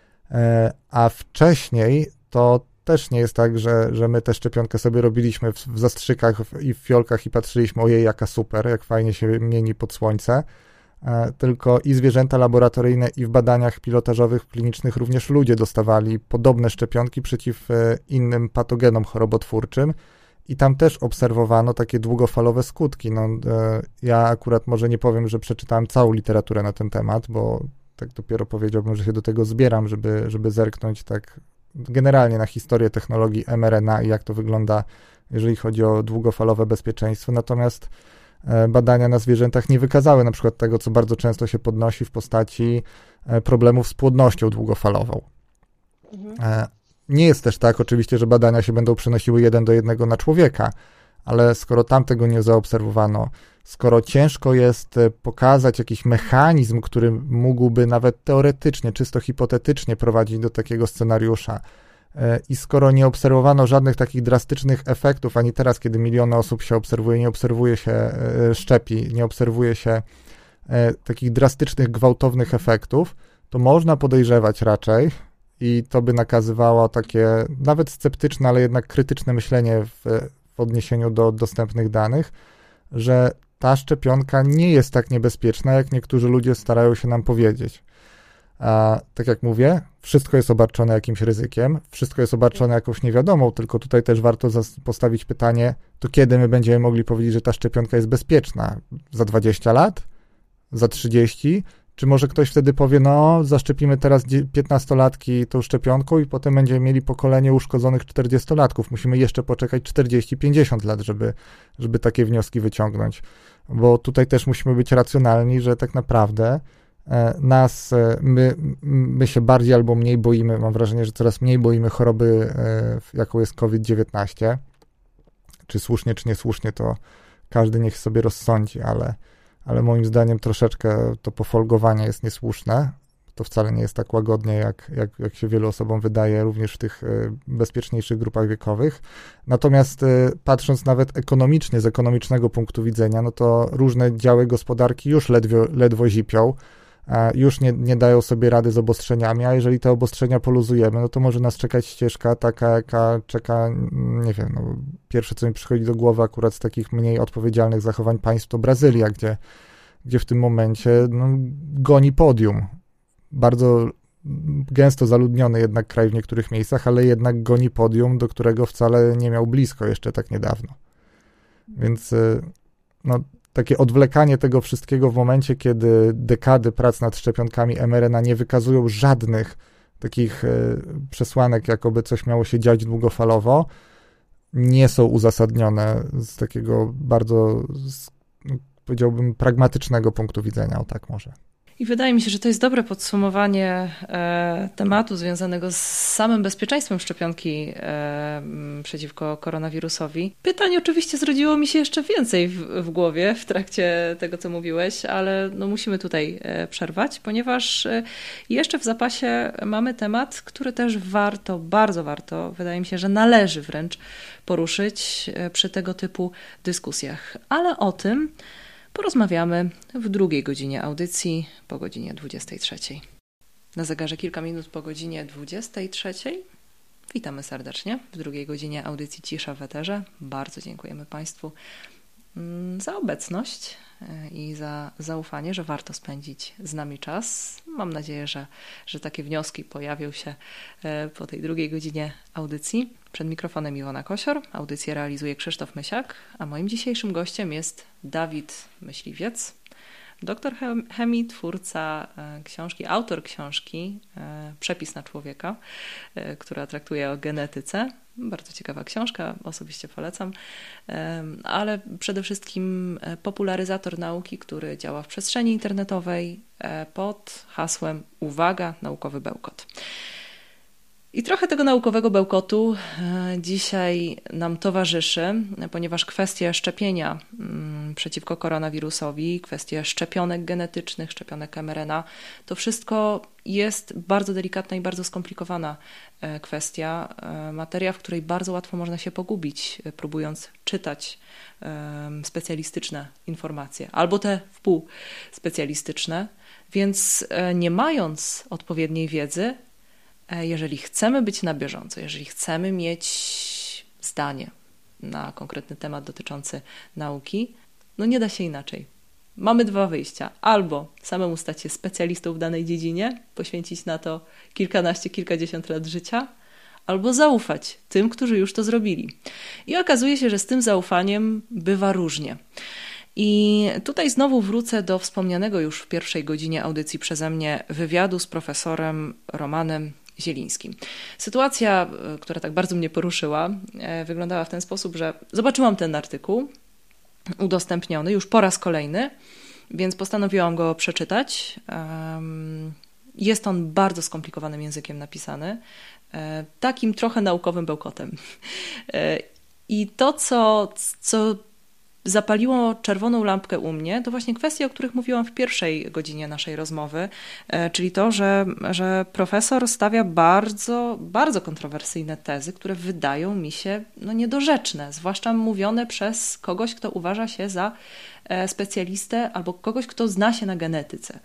Speaker 2: a wcześniej to też nie jest tak, że my tę szczepionkę sobie robiliśmy w zastrzykach i w fiolkach i patrzyliśmy, ojej, jaka super, jak fajnie się mieni pod słońce, tylko i zwierzęta laboratoryjne i w badaniach pilotażowych, klinicznych również ludzie dostawali podobne szczepionki przeciw innym patogenom chorobotwórczym i tam też obserwowano takie długofalowe skutki. No, ja akurat może nie powiem, że przeczytałem całą literaturę na ten temat, bo tak dopiero powiedziałbym, że się do tego zbieram, żeby zerknąć tak generalnie na historię technologii mRNA i jak to wygląda, jeżeli chodzi o długofalowe bezpieczeństwo. Natomiast badania na zwierzętach nie wykazały na przykład tego, co bardzo często się podnosi w postaci problemów z płodnością długofalową. Nie jest też tak oczywiście, że badania się będą przenosiły 1 do 1 na człowieka, ale skoro tam tego nie zaobserwowano, skoro ciężko jest pokazać jakiś mechanizm, który mógłby nawet teoretycznie, czysto hipotetycznie prowadzić do takiego scenariusza, I skoro nie obserwowano żadnych takich drastycznych efektów, ani teraz, kiedy miliony osób się obserwuje, nie obserwuje się szczepi, nie obserwuje się takich drastycznych, gwałtownych efektów, to można podejrzewać raczej, i to by nakazywało takie nawet sceptyczne, ale jednak krytyczne myślenie w odniesieniu do dostępnych danych, że ta szczepionka nie jest tak niebezpieczna, jak niektórzy ludzie starają się nam powiedzieć. A tak jak mówię, wszystko jest obarczone jakimś ryzykiem, wszystko jest obarczone jakąś niewiadomą, tylko tutaj też warto postawić pytanie, to kiedy my będziemy mogli powiedzieć, że ta szczepionka jest bezpieczna? Za 20 lat? Za 30? Czy może ktoś wtedy powie, no zaszczepimy teraz 15-latki tą szczepionką i potem będziemy mieli pokolenie uszkodzonych 40-latków. Musimy jeszcze poczekać 40-50 lat, żeby takie wnioski wyciągnąć. Bo tutaj też musimy być racjonalni, że tak naprawdę my się bardziej albo mniej boimy, mam wrażenie, że coraz mniej boimy choroby, jaką jest COVID-19. Czy słusznie, czy niesłusznie, to każdy niech sobie rozsądzi, ale moim zdaniem troszeczkę to pofolgowanie jest niesłuszne. To wcale nie jest tak łagodnie, jak się wielu osobom wydaje, również w tych bezpieczniejszych grupach wiekowych. Natomiast patrząc nawet ekonomicznie, z ekonomicznego punktu widzenia, no to różne działy gospodarki już ledwo zipią, już nie dają sobie rady z obostrzeniami, a jeżeli te obostrzenia poluzujemy, no to może nas czekać ścieżka taka, jaka czeka, nie wiem, no, pierwsze co mi przychodzi do głowy akurat z takich mniej odpowiedzialnych zachowań państw to Brazylia, gdzie w tym momencie goni podium. Bardzo gęsto zaludniony jednak kraj w niektórych miejscach, ale jednak goni podium, do którego wcale nie miał blisko jeszcze tak niedawno. Więc no, takie odwlekanie tego wszystkiego w momencie, kiedy dekady prac nad szczepionkami mRNA nie wykazują żadnych takich przesłanek, jakoby coś miało się dziać długofalowo, nie są uzasadnione z takiego bardzo, powiedziałbym, pragmatycznego punktu widzenia, o tak może.
Speaker 1: I wydaje mi się, że to jest dobre podsumowanie tematu związanego z samym bezpieczeństwem szczepionki przeciwko koronawirusowi. Pytań oczywiście zrodziło mi się jeszcze więcej w głowie w trakcie tego, co mówiłeś, ale no musimy tutaj przerwać, ponieważ jeszcze w zapasie mamy temat, który też warto, bardzo warto, wydaje mi się, że należy wręcz poruszyć przy tego typu dyskusjach. Ale o tym porozmawiamy w drugiej godzinie audycji po godzinie 23. Na zegarze kilka minut po godzinie 23. Witamy serdecznie w drugiej godzinie audycji Cisza w Eterze. Bardzo dziękujemy Państwu za obecność i za zaufanie, że warto spędzić z nami czas. Mam nadzieję, że takie wnioski pojawią się po tej drugiej godzinie audycji. Przed mikrofonem Iwona Kosior. Audycję realizuje Krzysztof Mysiak, a moim dzisiejszym gościem jest Dawid Myśliwiec, doktor chemii, twórca książki, autor książki Przepis na człowieka, która traktuje o genetyce. Bardzo ciekawa książka, osobiście polecam, ale przede wszystkim popularyzator nauki, który działa w przestrzeni internetowej pod hasłem Uwaga, naukowy bełkot. I trochę tego naukowego bełkotu dzisiaj nam towarzyszy, ponieważ kwestia szczepienia przeciwko koronawirusowi, kwestia szczepionek genetycznych, szczepionek mRNA, to wszystko jest bardzo delikatna i bardzo skomplikowana kwestia, materia, w której bardzo łatwo można się pogubić, próbując czytać specjalistyczne informacje, albo te wpółspecjalistyczne, więc nie mając odpowiedniej wiedzy, jeżeli chcemy być na bieżąco, jeżeli chcemy mieć zdanie na konkretny temat dotyczący nauki, no nie da się inaczej. Mamy dwa wyjścia. Albo samemu stać się specjalistą w danej dziedzinie, poświęcić na to kilkanaście, kilkadziesiąt lat życia, albo zaufać tym, którzy już to zrobili. I okazuje się, że z tym zaufaniem bywa różnie. I tutaj znowu wrócę do wspomnianego już w pierwszej godzinie audycji przeze mnie wywiadu z profesorem Romanem Zielińskim. Sytuacja, która tak bardzo mnie poruszyła, wyglądała w ten sposób, że zobaczyłam ten artykuł udostępniony już po raz kolejny, więc postanowiłam go przeczytać. Jest on bardzo skomplikowanym językiem napisany, takim trochę naukowym bełkotem. I to, co zapaliło czerwoną lampkę u mnie, to właśnie kwestie, o których mówiłam w pierwszej godzinie naszej rozmowy, czyli to, że profesor stawia bardzo, bardzo kontrowersyjne tezy, które wydają mi się niedorzeczne, zwłaszcza mówione przez kogoś, kto uważa się za specjalistę albo kogoś, kto zna się na genetyce.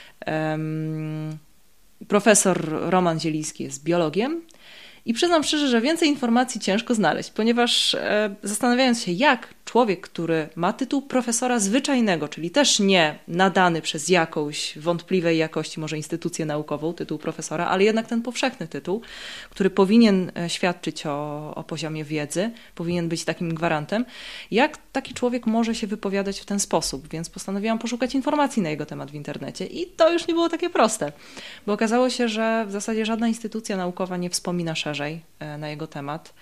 Speaker 1: Profesor Roman Zieliński jest biologiem i przyznam szczerze, że więcej informacji ciężko znaleźć, ponieważ zastanawiając się, jak człowiek, który ma tytuł profesora zwyczajnego, czyli też nie nadany przez jakąś wątpliwej jakości może instytucję naukową, tytuł profesora, ale jednak ten powszechny tytuł, który powinien świadczyć o poziomie wiedzy, powinien być takim gwarantem, jak taki człowiek może się wypowiadać w ten sposób, więc postanowiłam poszukać informacji na jego temat w internecie i to już nie było takie proste, bo okazało się, że w zasadzie żadna instytucja naukowa nie wspomina szerzej na jego temat.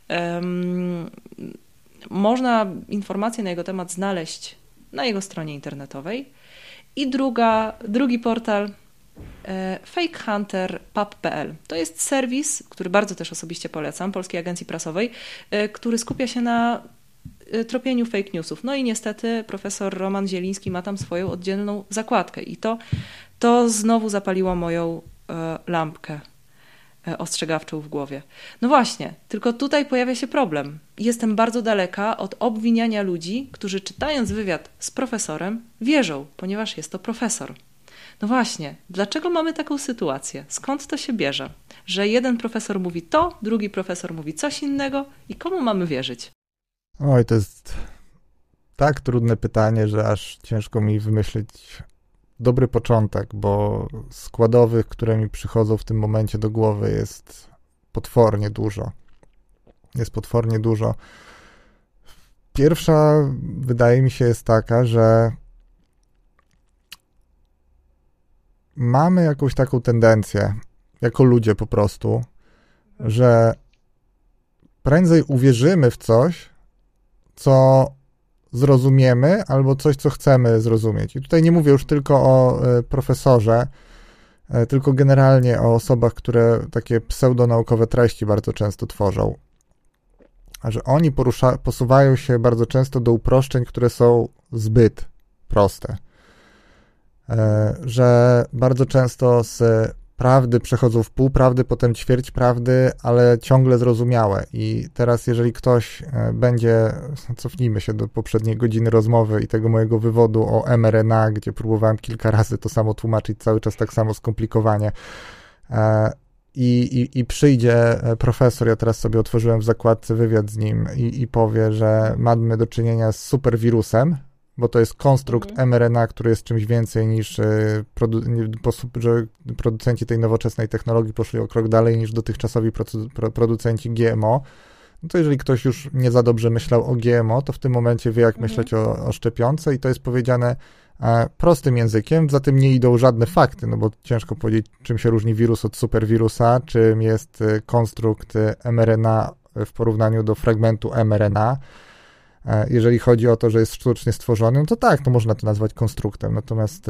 Speaker 1: Można informacje na jego temat znaleźć na jego stronie internetowej. I drugi portal fakehunter.pub.pl. To jest serwis, który bardzo też osobiście polecam, Polskiej Agencji Prasowej, który skupia się na tropieniu fake newsów. No i niestety profesor Roman Zieliński ma tam swoją oddzielną zakładkę i to znowu zapaliło moją lampkę ostrzegawczą w głowie. No właśnie, tylko tutaj pojawia się problem. Jestem bardzo daleka od obwiniania ludzi, którzy czytając wywiad z profesorem wierzą, ponieważ jest to profesor. No właśnie, dlaczego mamy taką sytuację? Skąd to się bierze? Że jeden profesor mówi to, drugi profesor mówi coś innego i komu mamy wierzyć?
Speaker 2: Oj, to jest tak trudne pytanie, że aż ciężko mi wymyślić dobry początek, bo składowych, które mi przychodzą w tym momencie do głowy, jest potwornie dużo. Pierwsza, wydaje mi się, jest taka, że mamy jakąś taką tendencję, jako ludzie po prostu, że prędzej uwierzymy w coś, co zrozumiemy, albo coś, co chcemy zrozumieć. I tutaj nie mówię już tylko o profesorze, tylko generalnie o osobach, które takie pseudonaukowe treści bardzo często tworzą. A że oni posuwają się bardzo często do uproszczeń, które są zbyt proste. Że bardzo często z prawdy przechodzą w półprawdy, potem ćwierć prawdy, ale ciągle zrozumiałe. I teraz, jeżeli ktoś będzie, cofnijmy się do poprzedniej godziny rozmowy i tego mojego wywodu o mRNA, gdzie próbowałem kilka razy to samo tłumaczyć, cały czas tak samo skomplikowanie, i przyjdzie profesor, ja teraz sobie otworzyłem w zakładce wywiad z nim i powie, że mamy do czynienia z superwirusem, bo to jest konstrukt mRNA, który jest czymś więcej niż że producenci tej nowoczesnej technologii poszli o krok dalej niż dotychczasowi producenci GMO. No to jeżeli ktoś już nie za dobrze myślał o GMO, to w tym momencie wie, jak myśleć o szczepionce i to jest powiedziane prostym językiem, za tym nie idą żadne fakty, no bo ciężko powiedzieć, czym się różni wirus od superwirusa, czym jest konstrukt mRNA w porównaniu do fragmentu mRNA. Jeżeli chodzi o to, że jest sztucznie stworzony, no to tak, to można to nazwać konstruktem. Natomiast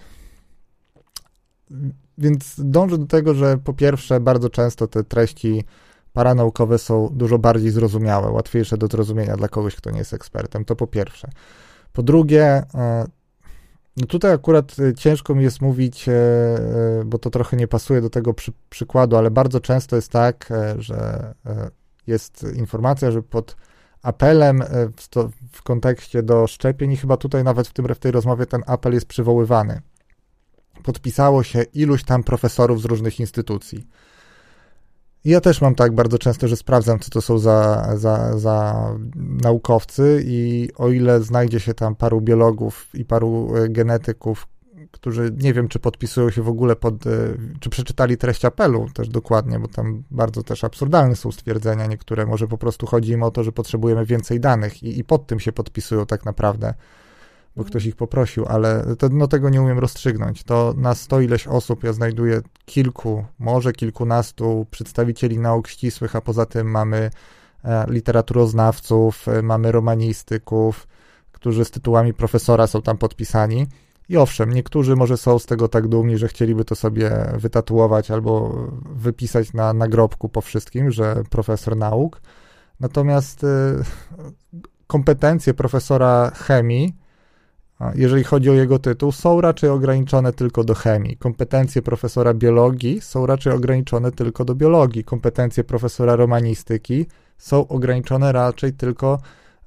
Speaker 2: więc dążę do tego, że po pierwsze bardzo często te treści paranaukowe są dużo bardziej zrozumiałe, łatwiejsze do zrozumienia dla kogoś, kto nie jest ekspertem. To po pierwsze. Po drugie, no tutaj akurat ciężko mi jest mówić, bo to trochę nie pasuje do tego przykładu, ale bardzo często jest tak, że jest informacja, że pod apelem w kontekście do szczepień i chyba tutaj nawet w tej rozmowie ten apel jest przywoływany. Podpisało się iluś tam profesorów z różnych instytucji. I ja też mam tak bardzo często, że sprawdzam, co to są za naukowcy i o ile znajdzie się tam paru biologów i paru genetyków, którzy nie wiem, czy podpisują się w ogóle czy przeczytali treść apelu też dokładnie, bo tam bardzo też absurdalne są stwierdzenia niektóre, może po prostu chodzi im o to, że potrzebujemy więcej danych i pod tym się podpisują tak naprawdę, bo ktoś ich poprosił, ale tego nie umiem rozstrzygnąć. To na 100 ileś osób ja znajduję może kilkunastu przedstawicieli nauk ścisłych, a poza tym mamy literaturoznawców, mamy romanistyków, którzy z tytułami profesora są tam podpisani. I owszem, niektórzy może są z tego tak dumni, że chcieliby to sobie wytatuować albo wypisać na nagrobku po wszystkim, że profesor nauk. Natomiast kompetencje profesora chemii, jeżeli chodzi o jego tytuł, są raczej ograniczone tylko do chemii. Kompetencje profesora biologii są raczej ograniczone tylko do biologii. Kompetencje profesora romanistyki są ograniczone raczej tylko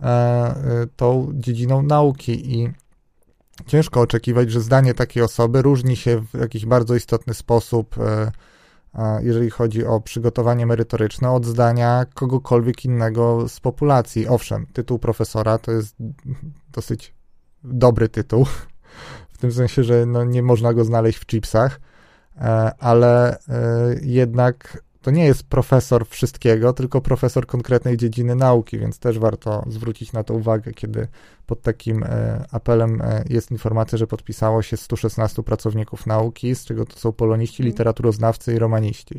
Speaker 2: tą dziedziną nauki i ciężko oczekiwać, że zdanie takiej osoby różni się w jakiś bardzo istotny sposób, jeżeli chodzi o przygotowanie merytoryczne, od zdania kogokolwiek innego z populacji. Owszem, tytuł profesora to jest dosyć dobry tytuł, w tym sensie, że no nie można go znaleźć w chipsach, ale jednak to nie jest profesor wszystkiego, tylko profesor konkretnej dziedziny nauki, więc też warto zwrócić na to uwagę, kiedy pod takim apelem jest informacja, że podpisało się 116 pracowników nauki, z czego to są poloniści, literaturoznawcy i romaniści.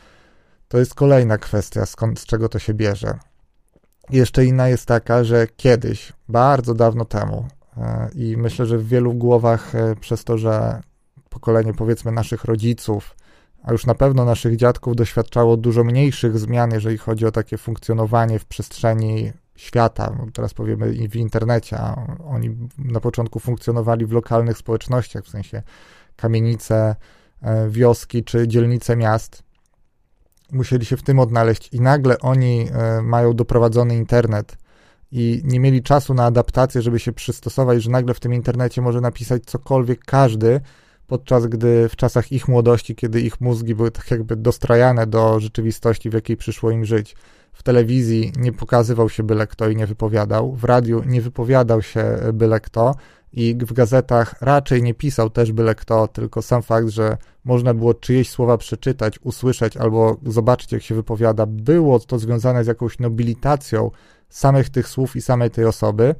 Speaker 2: To jest kolejna kwestia, z czego to się bierze. Jeszcze inna jest taka, że kiedyś, bardzo dawno temu, i myślę, że w wielu głowach przez to, że pokolenie powiedzmy naszych rodziców, a już na pewno naszych dziadków doświadczało dużo mniejszych zmian, jeżeli chodzi o takie funkcjonowanie w przestrzeni świata, teraz powiemy i w internecie, a oni na początku funkcjonowali w lokalnych społecznościach, w sensie kamienice, wioski czy dzielnice miast. Musieli się w tym odnaleźć i nagle oni mają doprowadzony internet i nie mieli czasu na adaptację, żeby się przystosować, że nagle w tym internecie może napisać cokolwiek każdy, podczas gdy w czasach ich młodości, kiedy ich mózgi były tak jakby dostrajane do rzeczywistości, w jakiej przyszło im żyć, w telewizji nie pokazywał się byle kto i nie wypowiadał, w radiu nie wypowiadał się byle kto i w gazetach raczej nie pisał też byle kto, tylko sam fakt, że można było czyjeś słowa przeczytać, usłyszeć albo zobaczyć, jak się wypowiada, było to związane z jakąś nobilitacją samych tych słów i samej tej osoby.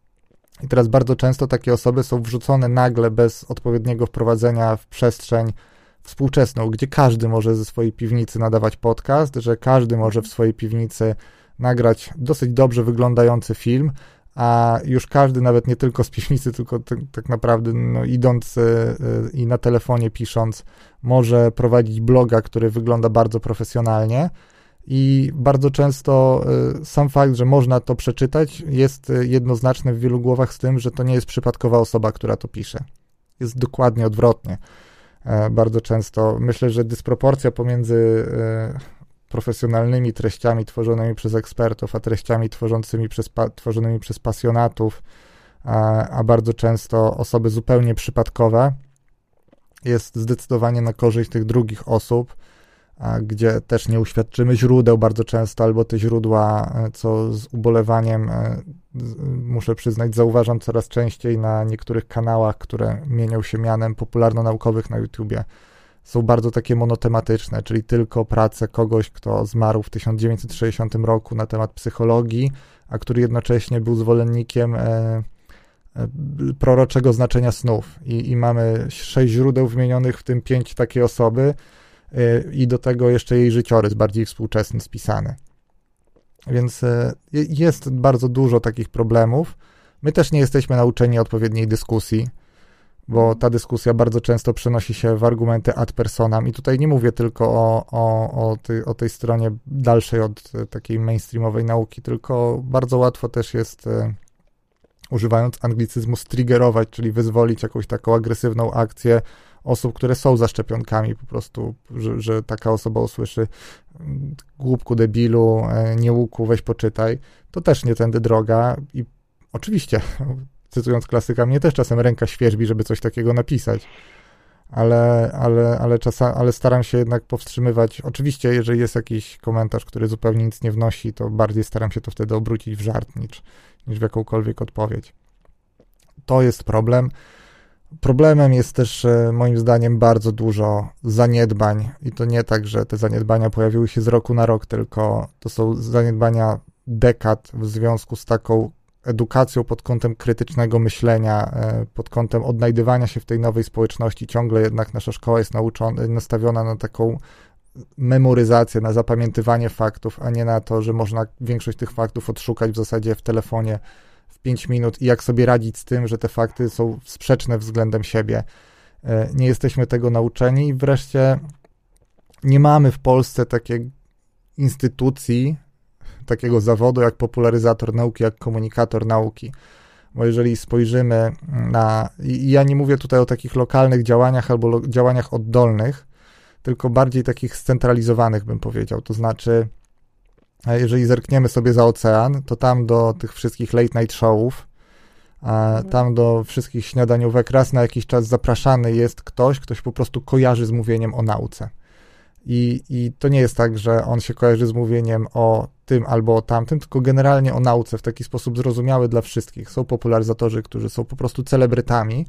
Speaker 2: I teraz bardzo często takie osoby są wrzucone nagle bez odpowiedniego wprowadzenia w przestrzeń współczesną, gdzie każdy może ze swojej piwnicy nadawać podcast, że każdy może w swojej piwnicy nagrać dosyć dobrze wyglądający film, a już każdy, nawet nie tylko z piwnicy, tylko tak naprawdę no, idąc i na telefonie pisząc, może prowadzić bloga, który wygląda bardzo profesjonalnie. I bardzo często sam fakt, że można to przeczytać, jest jednoznaczny w wielu głowach z tym, że to nie jest przypadkowa osoba, która to pisze. Jest dokładnie odwrotnie. Bardzo często myślę, że dysproporcja pomiędzy profesjonalnymi treściami tworzonymi przez ekspertów, a treściami tworzonymi przez pasjonatów, a bardzo często osoby zupełnie przypadkowe, jest zdecydowanie na korzyść tych drugich osób, gdzie też nie uświadczymy źródeł bardzo często, albo te źródła, co z ubolewaniem, muszę przyznać, zauważam coraz częściej na niektórych kanałach, które mienią się mianem popularno-naukowych na YouTubie, są bardzo takie monotematyczne, czyli tylko prace kogoś, kto zmarł w 1960 roku na temat psychologii, a który jednocześnie był zwolennikiem proroczego znaczenia snów. I mamy 6 źródeł wymienionych, w tym 5 takiej osoby, i do tego jeszcze jej życiorys bardziej współczesny spisany. Więc jest bardzo dużo takich problemów. My też nie jesteśmy nauczeni odpowiedniej dyskusji, bo ta dyskusja bardzo często przenosi się w argumenty ad personam i tutaj nie mówię tylko o tej stronie dalszej od takiej mainstreamowej nauki, tylko bardzo łatwo też jest, używając anglicyzmu, striggerować, czyli wyzwolić jakąś taką agresywną akcję osób, które są za szczepionkami, po prostu, że taka osoba usłyszy: głupku, debilu, niełuku, weź poczytaj. To też nie tędy droga i oczywiście, cytując klasyka, mnie też czasem ręka świerzbi, żeby coś takiego napisać, ale staram się jednak powstrzymywać. Oczywiście, jeżeli jest jakiś komentarz, który zupełnie nic nie wnosi, to bardziej staram się to wtedy obrócić w żart niż w jakąkolwiek odpowiedź. To jest problem. Problemem jest też moim zdaniem bardzo dużo zaniedbań i to nie tak, że te zaniedbania pojawiły się z roku na rok, tylko to są zaniedbania dekad w związku z taką edukacją pod kątem krytycznego myślenia, pod kątem odnajdywania się w tej nowej społeczności. Ciągle jednak nasza szkoła jest nastawiona na taką memoryzację, na zapamiętywanie faktów, a nie na to, że można większość tych faktów odszukać w zasadzie w telefonie w 5 minut i jak sobie radzić z tym, że te fakty są sprzeczne względem siebie. Nie jesteśmy tego nauczeni i wreszcie nie mamy w Polsce takiej instytucji, takiego zawodu jak popularyzator nauki, jak komunikator nauki. Bo jeżeli spojrzymy i ja nie mówię tutaj o takich lokalnych działaniach albo działaniach oddolnych, tylko bardziej takich scentralizowanych, bym powiedział. To znaczy, jeżeli zerkniemy sobie za ocean, to tam do tych wszystkich late night showów, tam do wszystkich śniadaniówek raz na jakiś czas zapraszany jest ktoś po prostu kojarzy z mówieniem o nauce. I to nie jest tak, że on się kojarzy z mówieniem o tym albo o tamtym, tylko generalnie o nauce w taki sposób zrozumiały dla wszystkich. Są popularyzatorzy, którzy są po prostu celebrytami.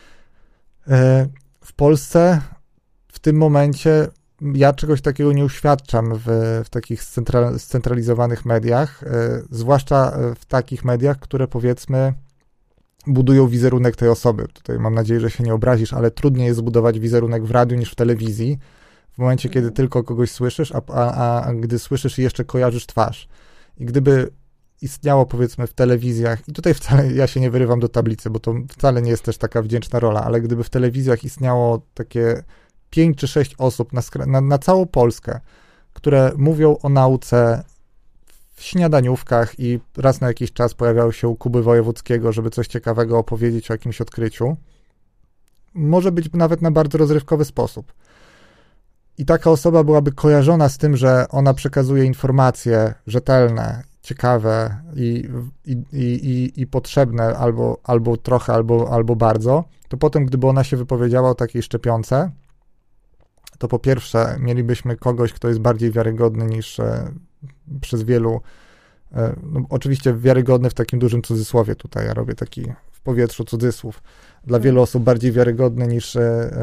Speaker 2: W Polsce w tym momencie ja czegoś takiego nie uświadczam w takich scentralizowanych mediach, zwłaszcza w takich mediach, które powiedzmy budują wizerunek tej osoby. Tutaj mam nadzieję, że się nie obrazisz, ale trudniej jest zbudować wizerunek w radiu niż w telewizji, w momencie, kiedy tylko kogoś słyszysz, a gdy słyszysz i jeszcze kojarzysz twarz. I gdyby istniało powiedzmy w telewizjach, i tutaj wcale ja się nie wyrywam do tablicy, bo to wcale nie jest też taka wdzięczna rola, ale gdyby w telewizjach istniało takie 5 czy 6 osób na całą Polskę, które mówią o nauce w śniadaniówkach i raz na jakiś czas pojawiały się u Kuby Wojewódzkiego, żeby coś ciekawego opowiedzieć o jakimś odkryciu, może być nawet na bardzo rozrywkowy sposób. I taka osoba byłaby kojarzona z tym, że ona przekazuje informacje rzetelne, ciekawe i potrzebne albo trochę, albo bardzo, to potem, gdyby ona się wypowiedziała o takiej szczepionce, to po pierwsze mielibyśmy kogoś, kto jest bardziej wiarygodny niż przez wielu, no oczywiście wiarygodny w takim dużym cudzysłowie, tutaj ja robię taki w powietrzu cudzysłów, dla wielu osób bardziej wiarygodny niż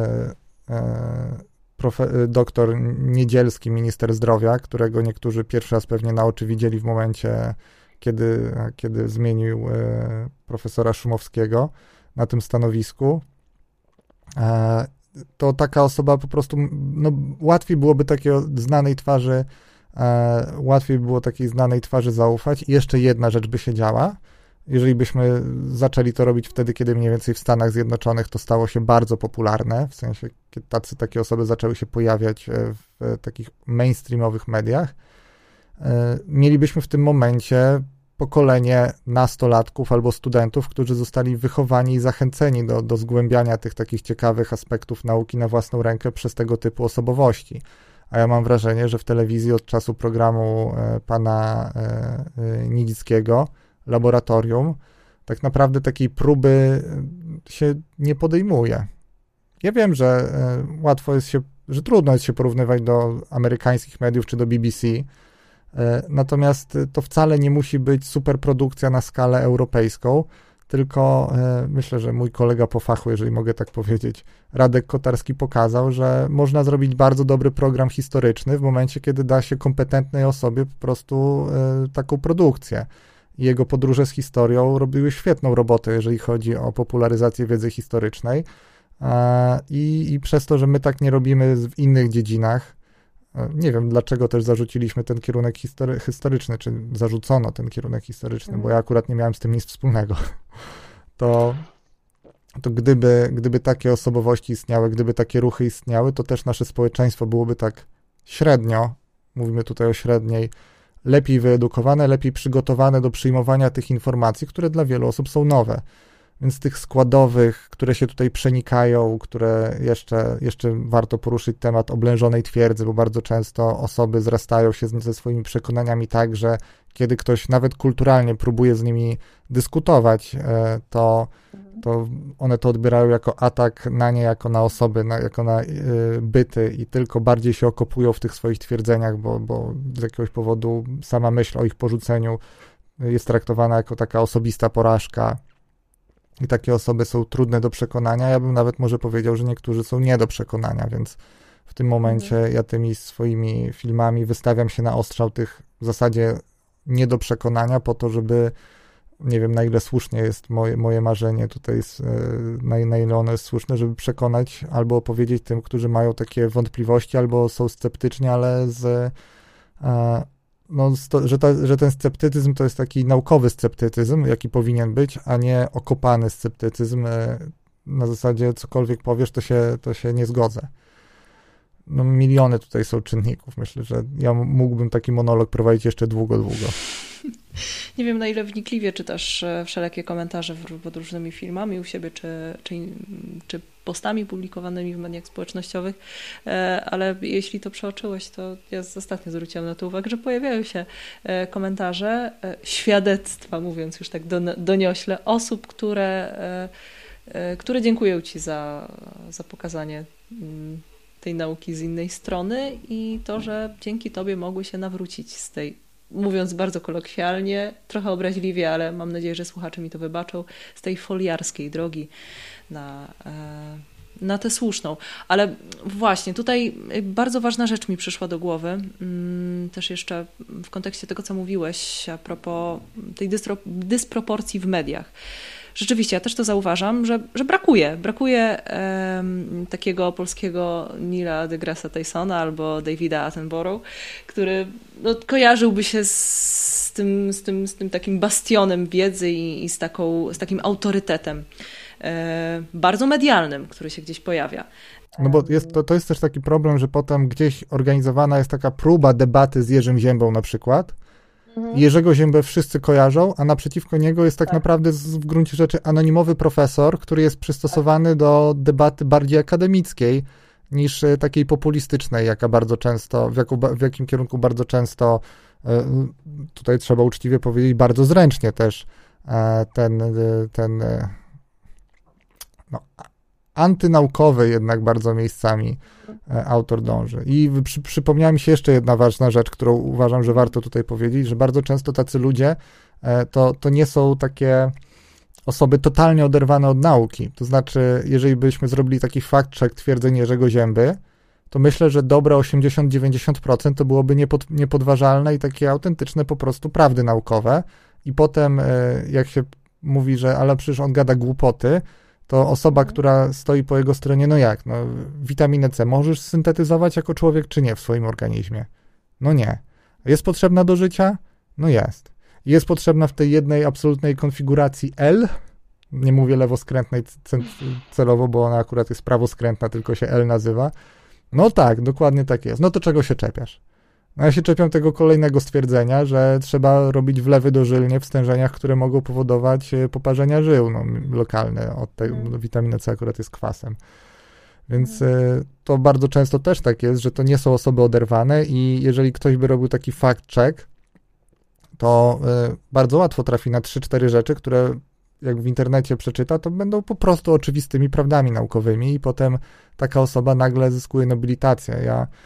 Speaker 2: doktor Niedzielski, minister zdrowia, którego niektórzy pierwszy raz pewnie na oczy widzieli w momencie, kiedy zmienił profesora Szumowskiego na tym stanowisku. To taka osoba po prostu, no łatwiej byłoby takiej znanej twarzy zaufać. I jeszcze jedna rzecz by się działa. Jeżeli byśmy zaczęli to robić wtedy, kiedy mniej więcej w Stanach Zjednoczonych to stało się bardzo popularne, w sensie kiedy takie osoby zaczęły się pojawiać w takich mainstreamowych mediach, mielibyśmy w tym momencie pokolenie nastolatków albo studentów, którzy zostali wychowani i zachęceni do zgłębiania tych takich ciekawych aspektów nauki na własną rękę przez tego typu osobowości. A ja mam wrażenie, że w telewizji od czasu programu pana Nidzickiego, Laboratorium, tak naprawdę takiej próby się nie podejmuje. Ja wiem, że że trudno jest się porównywać do amerykańskich mediów czy do BBC, natomiast to wcale nie musi być superprodukcja na skalę europejską, tylko myślę, że mój kolega po fachu, jeżeli mogę tak powiedzieć, Radek Kotarski pokazał, że można zrobić bardzo dobry program historyczny w momencie, kiedy da się kompetentnej osobie po prostu taką produkcję. Jego podróże z historią robiły świetną robotę, jeżeli chodzi o popularyzację wiedzy historycznej i przez to, że my tak nie robimy w innych dziedzinach, nie wiem, dlaczego też zarzuciliśmy ten kierunek historyczny, czy zarzucono ten kierunek historyczny, bo ja akurat nie miałem z tym nic wspólnego. To gdyby takie osobowości istniały, gdyby takie ruchy istniały, to też nasze społeczeństwo byłoby tak średnio, mówimy tutaj o średniej, lepiej wyedukowane, lepiej przygotowane do przyjmowania tych informacji, które dla wielu osób są nowe. Więc tych składowych, które się tutaj przenikają, które jeszcze warto poruszyć temat oblężonej twierdzy, bo bardzo często osoby zrastają się ze swoimi przekonaniami tak, że kiedy ktoś nawet kulturalnie próbuje z nimi dyskutować, to one to odbierają jako atak na nie, jako na osoby, jako na byty i tylko bardziej się okopują w tych swoich twierdzeniach, bo z jakiegoś powodu sama myśl o ich porzuceniu jest traktowana jako taka osobista porażka. I takie osoby są trudne do przekonania. Ja bym nawet może powiedział, że niektórzy są nie do przekonania, więc w tym momencie ja tymi swoimi filmami wystawiam się na ostrzał tych w zasadzie nie do przekonania po to, żeby, nie wiem na ile słusznie jest moje marzenie tutaj, na ile ono jest słuszne, żeby przekonać albo opowiedzieć tym, którzy mają takie wątpliwości albo są sceptyczni, ale że ten sceptycyzm to jest taki naukowy sceptycyzm, jaki powinien być, a nie okopany sceptycyzm. Na zasadzie cokolwiek powiesz, to się nie zgodzę. no miliony tutaj są czynników. Myślę, że ja mógłbym taki monolog prowadzić jeszcze długo.
Speaker 1: Nie wiem, na ile wnikliwie czytasz wszelakie komentarze pod różnymi filmami u siebie, czy postami publikowanymi w mediach społecznościowych, ale jeśli to przeoczyłeś, to ja ostatnio zwróciłam na to uwagę, że pojawiają się komentarze, świadectwa, mówiąc już tak doniośle, osób, które dziękują ci za pokazanie tej nauki z innej strony i to, że dzięki tobie mogły się nawrócić z tej, mówiąc bardzo kolokwialnie, trochę obraźliwie, ale mam nadzieję, że słuchacze mi to wybaczą, z tej foliarskiej drogi na tę słuszną. Ale właśnie tutaj bardzo ważna rzecz mi przyszła do głowy, też jeszcze w kontekście tego, co mówiłeś a propos tej dysproporcji w mediach. Rzeczywiście, ja też to zauważam, że brakuje takiego polskiego Neila deGrasse Tysona albo Davida Attenborough, który no, kojarzyłby się z tym takim bastionem wiedzy i z takim autorytetem bardzo medialnym, który się gdzieś pojawia.
Speaker 2: No bo to jest też taki problem, że potem gdzieś organizowana jest taka próba debaty z Jerzym Ziębą na przykład. Jerzego Ziębę wszyscy kojarzą, a naprzeciwko niego jest tak naprawdę w gruncie rzeczy anonimowy profesor, który jest przystosowany do debaty bardziej akademickiej niż takiej populistycznej, jaka bardzo często, w jakim kierunku bardzo często, tutaj trzeba uczciwie powiedzieć, bardzo zręcznie też ten antynaukowy jednak bardzo miejscami autor dąży. I przypomniała mi się jeszcze jedna ważna rzecz, którą uważam, że warto tutaj powiedzieć, że bardzo często tacy ludzie to nie są takie osoby totalnie oderwane od nauki. To znaczy, jeżeli byśmy zrobili taki fact-check twierdzeń Jerzego Zięby, to myślę, że dobre 80-90% to byłoby niepodważalne i takie autentyczne po prostu prawdy naukowe. I potem, jak się mówi, że ale przecież on gada głupoty, to osoba, która stoi po jego stronie, no jak? No, witaminę C możesz syntetyzować jako człowiek, czy nie w swoim organizmie? No nie. Jest potrzebna do życia? No jest. Jest potrzebna w tej jednej absolutnej konfiguracji L, nie mówię lewoskrętnej celowo, bo ona akurat jest prawoskrętna, tylko się L nazywa. No tak, dokładnie tak jest. No to czego się czepiasz? No ja się czepiam tego kolejnego stwierdzenia, że trzeba robić wlewy dożylnie w stężeniach, które mogą powodować poparzenia żył lokalne. Od tej witaminy C akurat jest kwasem. Więc to bardzo często też tak jest, że to nie są osoby oderwane i jeżeli ktoś by robił taki fact-check, to bardzo łatwo trafi na 3-4 rzeczy, które jak w internecie przeczyta, to będą po prostu oczywistymi prawdami naukowymi i potem taka osoba nagle zyskuje nobilitację.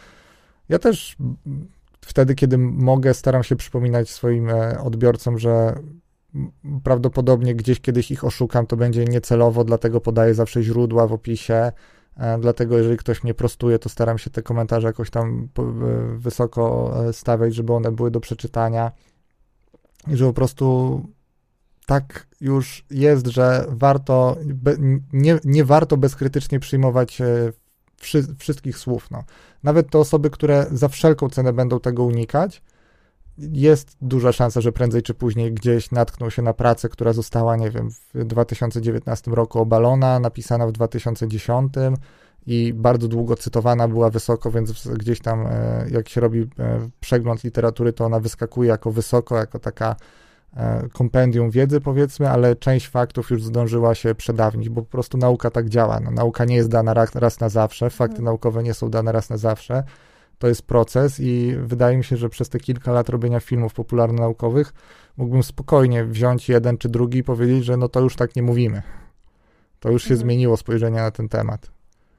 Speaker 2: Ja też wtedy, kiedy mogę, staram się przypominać swoim odbiorcom, że prawdopodobnie gdzieś kiedyś ich oszukam, to będzie niecelowo, dlatego podaję zawsze źródła w opisie, dlatego jeżeli ktoś mnie prostuje, to staram się te komentarze jakoś tam wysoko stawiać, żeby one były do przeczytania i że po prostu tak już jest, że warto, nie warto bezkrytycznie przyjmować wszystkich słów. No. Nawet te osoby, które za wszelką cenę będą tego unikać, jest duża szansa, że prędzej czy później gdzieś natkną się na pracę, która została, nie wiem, w 2019 roku obalona, napisana w 2010 i bardzo długo cytowana była wysoko, więc gdzieś tam jak się robi przegląd literatury, to ona wyskakuje jako wysoko, jako taka kompendium wiedzy, powiedzmy, ale część faktów już zdążyła się przedawnić, bo po prostu nauka tak działa. No, nauka nie jest dana raz na zawsze, fakty naukowe nie są dane raz na zawsze. To jest proces i wydaje mi się, że przez te kilka lat robienia filmów popularno-naukowych mógłbym spokojnie wziąć jeden czy drugi i powiedzieć, że no to już tak nie mówimy. To już się zmieniło spojrzenie na ten temat.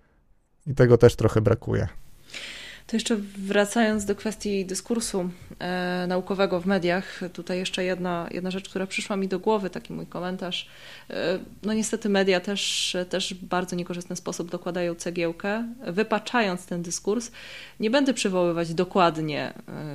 Speaker 2: I tego też trochę brakuje.
Speaker 1: To jeszcze wracając do kwestii dyskursu naukowego w mediach, tutaj jeszcze jedna rzecz, która przyszła mi do głowy, taki mój komentarz. No niestety media też w bardzo niekorzystny sposób dokładają cegiełkę, wypaczając ten dyskurs. Nie będę przywoływać dokładnie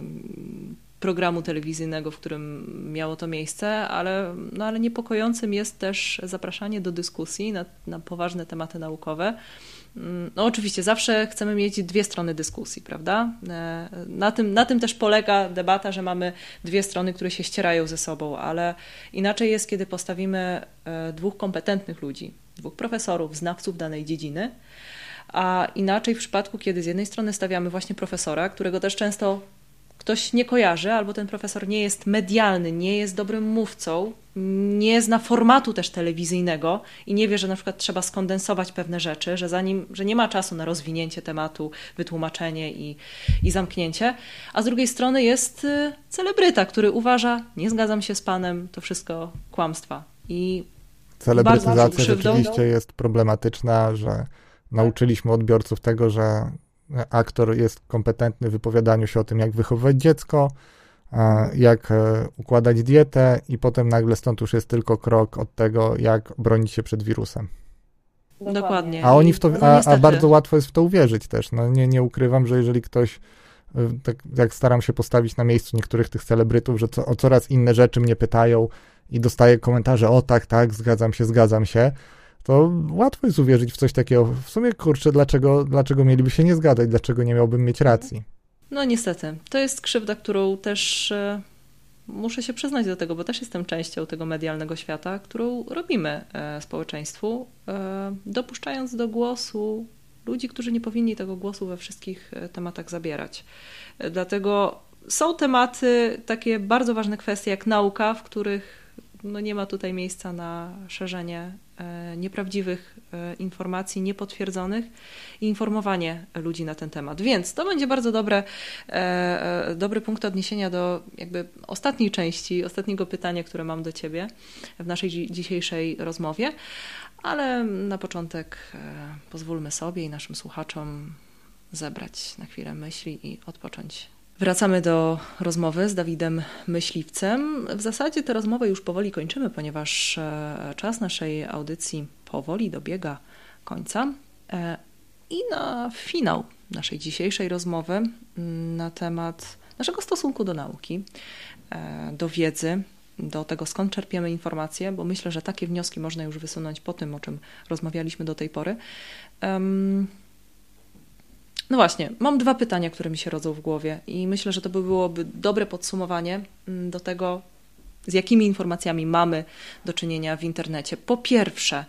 Speaker 1: programu telewizyjnego, w którym miało to miejsce, ale niepokojącym jest też zapraszanie do dyskusji na poważne tematy naukowe. No oczywiście zawsze chcemy mieć dwie strony dyskusji, prawda? Na tym też polega debata, że mamy dwie strony, które się ścierają ze sobą, ale inaczej jest, kiedy postawimy dwóch kompetentnych ludzi, dwóch profesorów, znawców danej dziedziny, A inaczej w przypadku, kiedy z jednej strony stawiamy właśnie profesora, którego też często ktoś nie kojarzy, albo ten profesor nie jest medialny, nie jest dobrym mówcą, nie zna formatu też telewizyjnego i nie wie, że na przykład trzeba skondensować pewne rzeczy, że nie ma czasu na rozwinięcie tematu, wytłumaczenie i zamknięcie, a z drugiej strony jest celebryta, który uważa, nie zgadzam się z panem, to wszystko kłamstwa. I
Speaker 2: celebrytyzacja rzeczywiście jest problematyczna, że nauczyliśmy odbiorców tego, że aktor jest kompetentny w wypowiadaniu się o tym, jak wychowywać dziecko, jak układać dietę i potem nagle stąd już jest tylko krok od tego, jak bronić się przed wirusem.
Speaker 1: Dokładnie.
Speaker 2: A oni w to, a bardzo łatwo jest w to uwierzyć też. No, nie ukrywam, że jeżeli ktoś, tak jak staram się postawić na miejscu niektórych tych celebrytów, że o coraz inne rzeczy mnie pytają i dostaję komentarze, o tak, zgadzam się, to łatwo jest uwierzyć w coś takiego. W sumie, kurczę, dlaczego mieliby się nie zgadzać? Dlaczego nie miałbym mieć racji?
Speaker 1: No niestety. To jest krzywda, którą też muszę się przyznać do tego, bo też jestem częścią tego medialnego świata, którą robimy społeczeństwu, dopuszczając do głosu ludzi, którzy nie powinni tego głosu we wszystkich tematach zabierać. Dlatego są tematy, takie bardzo ważne kwestie jak nauka, w których nie ma tutaj miejsca na szerzenie nieprawdziwych informacji, niepotwierdzonych i informowanie ludzi na ten temat. Więc to będzie bardzo dobry punkt odniesienia do jakby ostatniej części, ostatniego pytania, które mam do Ciebie w naszej dzisiejszej rozmowie, ale na początek pozwólmy sobie i naszym słuchaczom zebrać na chwilę myśli i odpocząć. Wracamy do rozmowy z Dawidem Myśliwcem. W zasadzie tę rozmowę już powoli kończymy, ponieważ czas naszej audycji powoli dobiega końca. I na finał naszej dzisiejszej rozmowy na temat naszego stosunku do nauki, do wiedzy, do tego, skąd czerpiemy informacje, bo myślę, że takie wnioski można już wysunąć po tym, o czym rozmawialiśmy do tej pory. No właśnie, mam 2 pytania, które mi się rodzą w głowie i myślę, że to byłoby dobre podsumowanie do tego, z jakimi informacjami mamy do czynienia w internecie. Po pierwsze,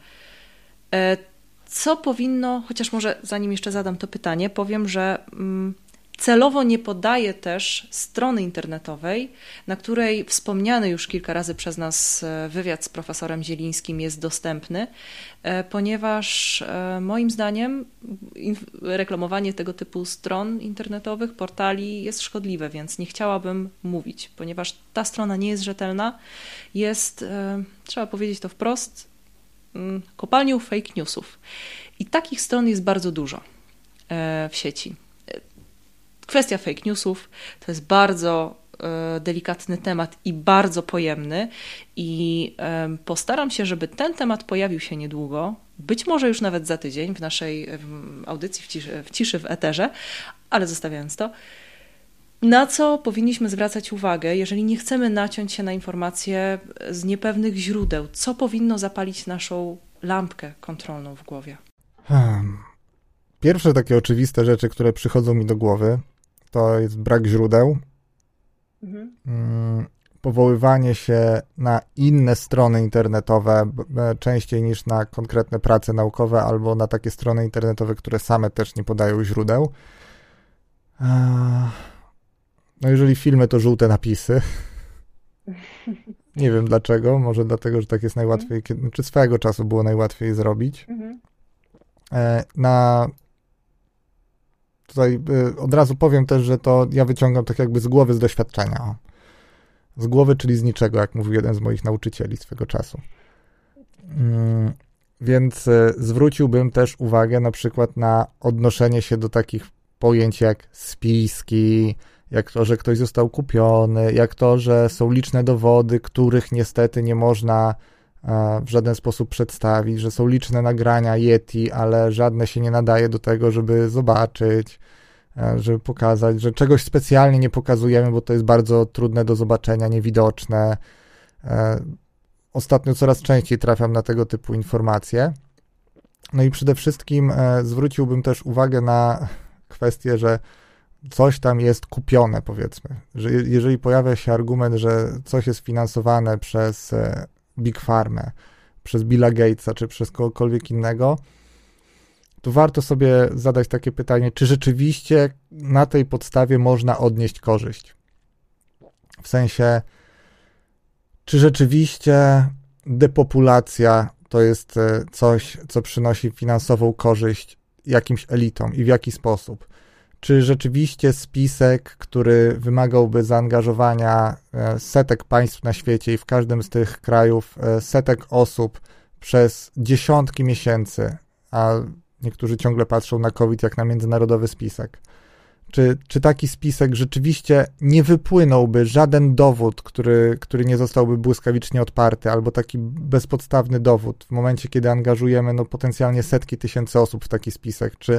Speaker 1: co powinno, chociaż może zanim jeszcze zadam to pytanie, powiem, że celowo nie podaję też strony internetowej, na której wspomniany już kilka razy przez nas wywiad z profesorem Zielińskim jest dostępny, ponieważ moim zdaniem reklamowanie tego typu stron internetowych, portali jest szkodliwe, więc nie chciałabym mówić, ponieważ ta strona nie jest rzetelna, jest, trzeba powiedzieć to wprost, kopalnią fake newsów. I takich stron jest bardzo dużo w sieci. Kwestia fake newsów to jest bardzo delikatny temat i bardzo pojemny i postaram się, żeby ten temat pojawił się niedługo, być może już nawet za tydzień w naszej audycji w ciszy w eterze, ale zostawiając to, na co powinniśmy zwracać uwagę, jeżeli nie chcemy naciąć się na informacje z niepewnych źródeł, co powinno zapalić naszą lampkę kontrolną w głowie?
Speaker 2: Pierwsze takie oczywiste rzeczy, które przychodzą mi do głowy, to jest brak źródeł, powoływanie się na inne strony internetowe częściej niż na konkretne prace naukowe albo na takie strony internetowe, które same też nie podają źródeł. No jeżeli filmy, to żółte napisy. Nie wiem dlaczego, może dlatego, że tak jest najłatwiej, czy swego czasu było najłatwiej zrobić. Tutaj od razu powiem też, że to ja wyciągam tak jakby z głowy, z doświadczenia. Z głowy, czyli z niczego, jak mówił jeden z moich nauczycieli swego czasu. Więc zwróciłbym też uwagę na przykład na odnoszenie się do takich pojęć jak spiski, jak to, że ktoś został kupiony, jak to, że są liczne dowody, których niestety nie można w żaden sposób przedstawić, że są liczne nagrania Yeti, ale żadne się nie nadaje do tego, żeby zobaczyć, żeby pokazać, że czegoś specjalnie nie pokazujemy, bo to jest bardzo trudne do zobaczenia, niewidoczne. Ostatnio coraz częściej trafiam na tego typu informacje. No i przede wszystkim zwróciłbym też uwagę na kwestię, że coś tam jest kupione, powiedzmy. Że jeżeli pojawia się argument, że coś jest finansowane przez Big Pharmę, przez Billa Gatesa, czy przez kogokolwiek innego, to warto sobie zadać takie pytanie, czy rzeczywiście na tej podstawie można odnieść korzyść. W sensie, czy rzeczywiście depopulacja to jest coś, co przynosi finansową korzyść jakimś elitom i w jaki sposób? Czy rzeczywiście spisek, który wymagałby zaangażowania setek państw na świecie i w każdym z tych krajów setek osób przez dziesiątki miesięcy, a niektórzy ciągle patrzą na COVID jak na międzynarodowy spisek, czy taki spisek rzeczywiście nie wypłynąłby żaden dowód, który nie zostałby błyskawicznie odparty, albo taki bezpodstawny dowód w momencie, kiedy angażujemy potencjalnie setki tysięcy osób w taki spisek, czy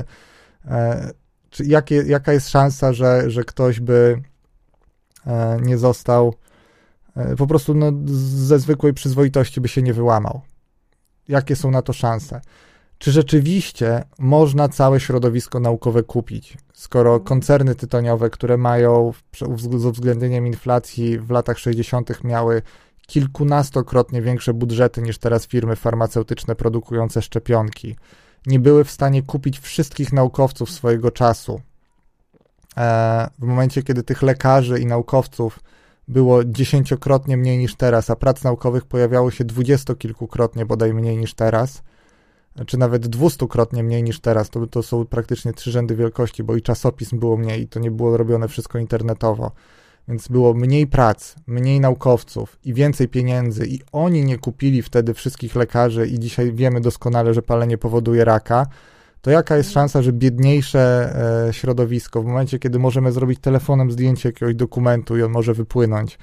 Speaker 2: jaka jest szansa, że ktoś by nie został, po prostu ze zwykłej przyzwoitości by się nie wyłamał? Jakie są na to szanse? Czy rzeczywiście można całe środowisko naukowe kupić, skoro koncerny tytoniowe, które mają z uwzględnieniem inflacji w latach 60. miały kilkunastokrotnie większe budżety niż teraz firmy farmaceutyczne produkujące szczepionki, nie były w stanie kupić wszystkich naukowców swojego czasu. W momencie, kiedy tych lekarzy i naukowców było 10-krotnie mniej niż teraz, a prac naukowych pojawiało się 20-kilkukrotnie bodaj mniej niż teraz, czy nawet 200-krotnie mniej niż teraz, to są praktycznie 3 rzędy wielkości, bo i czasopism było mniej i to nie było robione wszystko internetowo. Więc było mniej prac, mniej naukowców i więcej pieniędzy i oni nie kupili wtedy wszystkich lekarzy i dzisiaj wiemy doskonale, że palenie powoduje raka, to jaka jest szansa, że biedniejsze środowisko, w momencie, kiedy możemy zrobić telefonem zdjęcie jakiegoś dokumentu i on może wypłynąć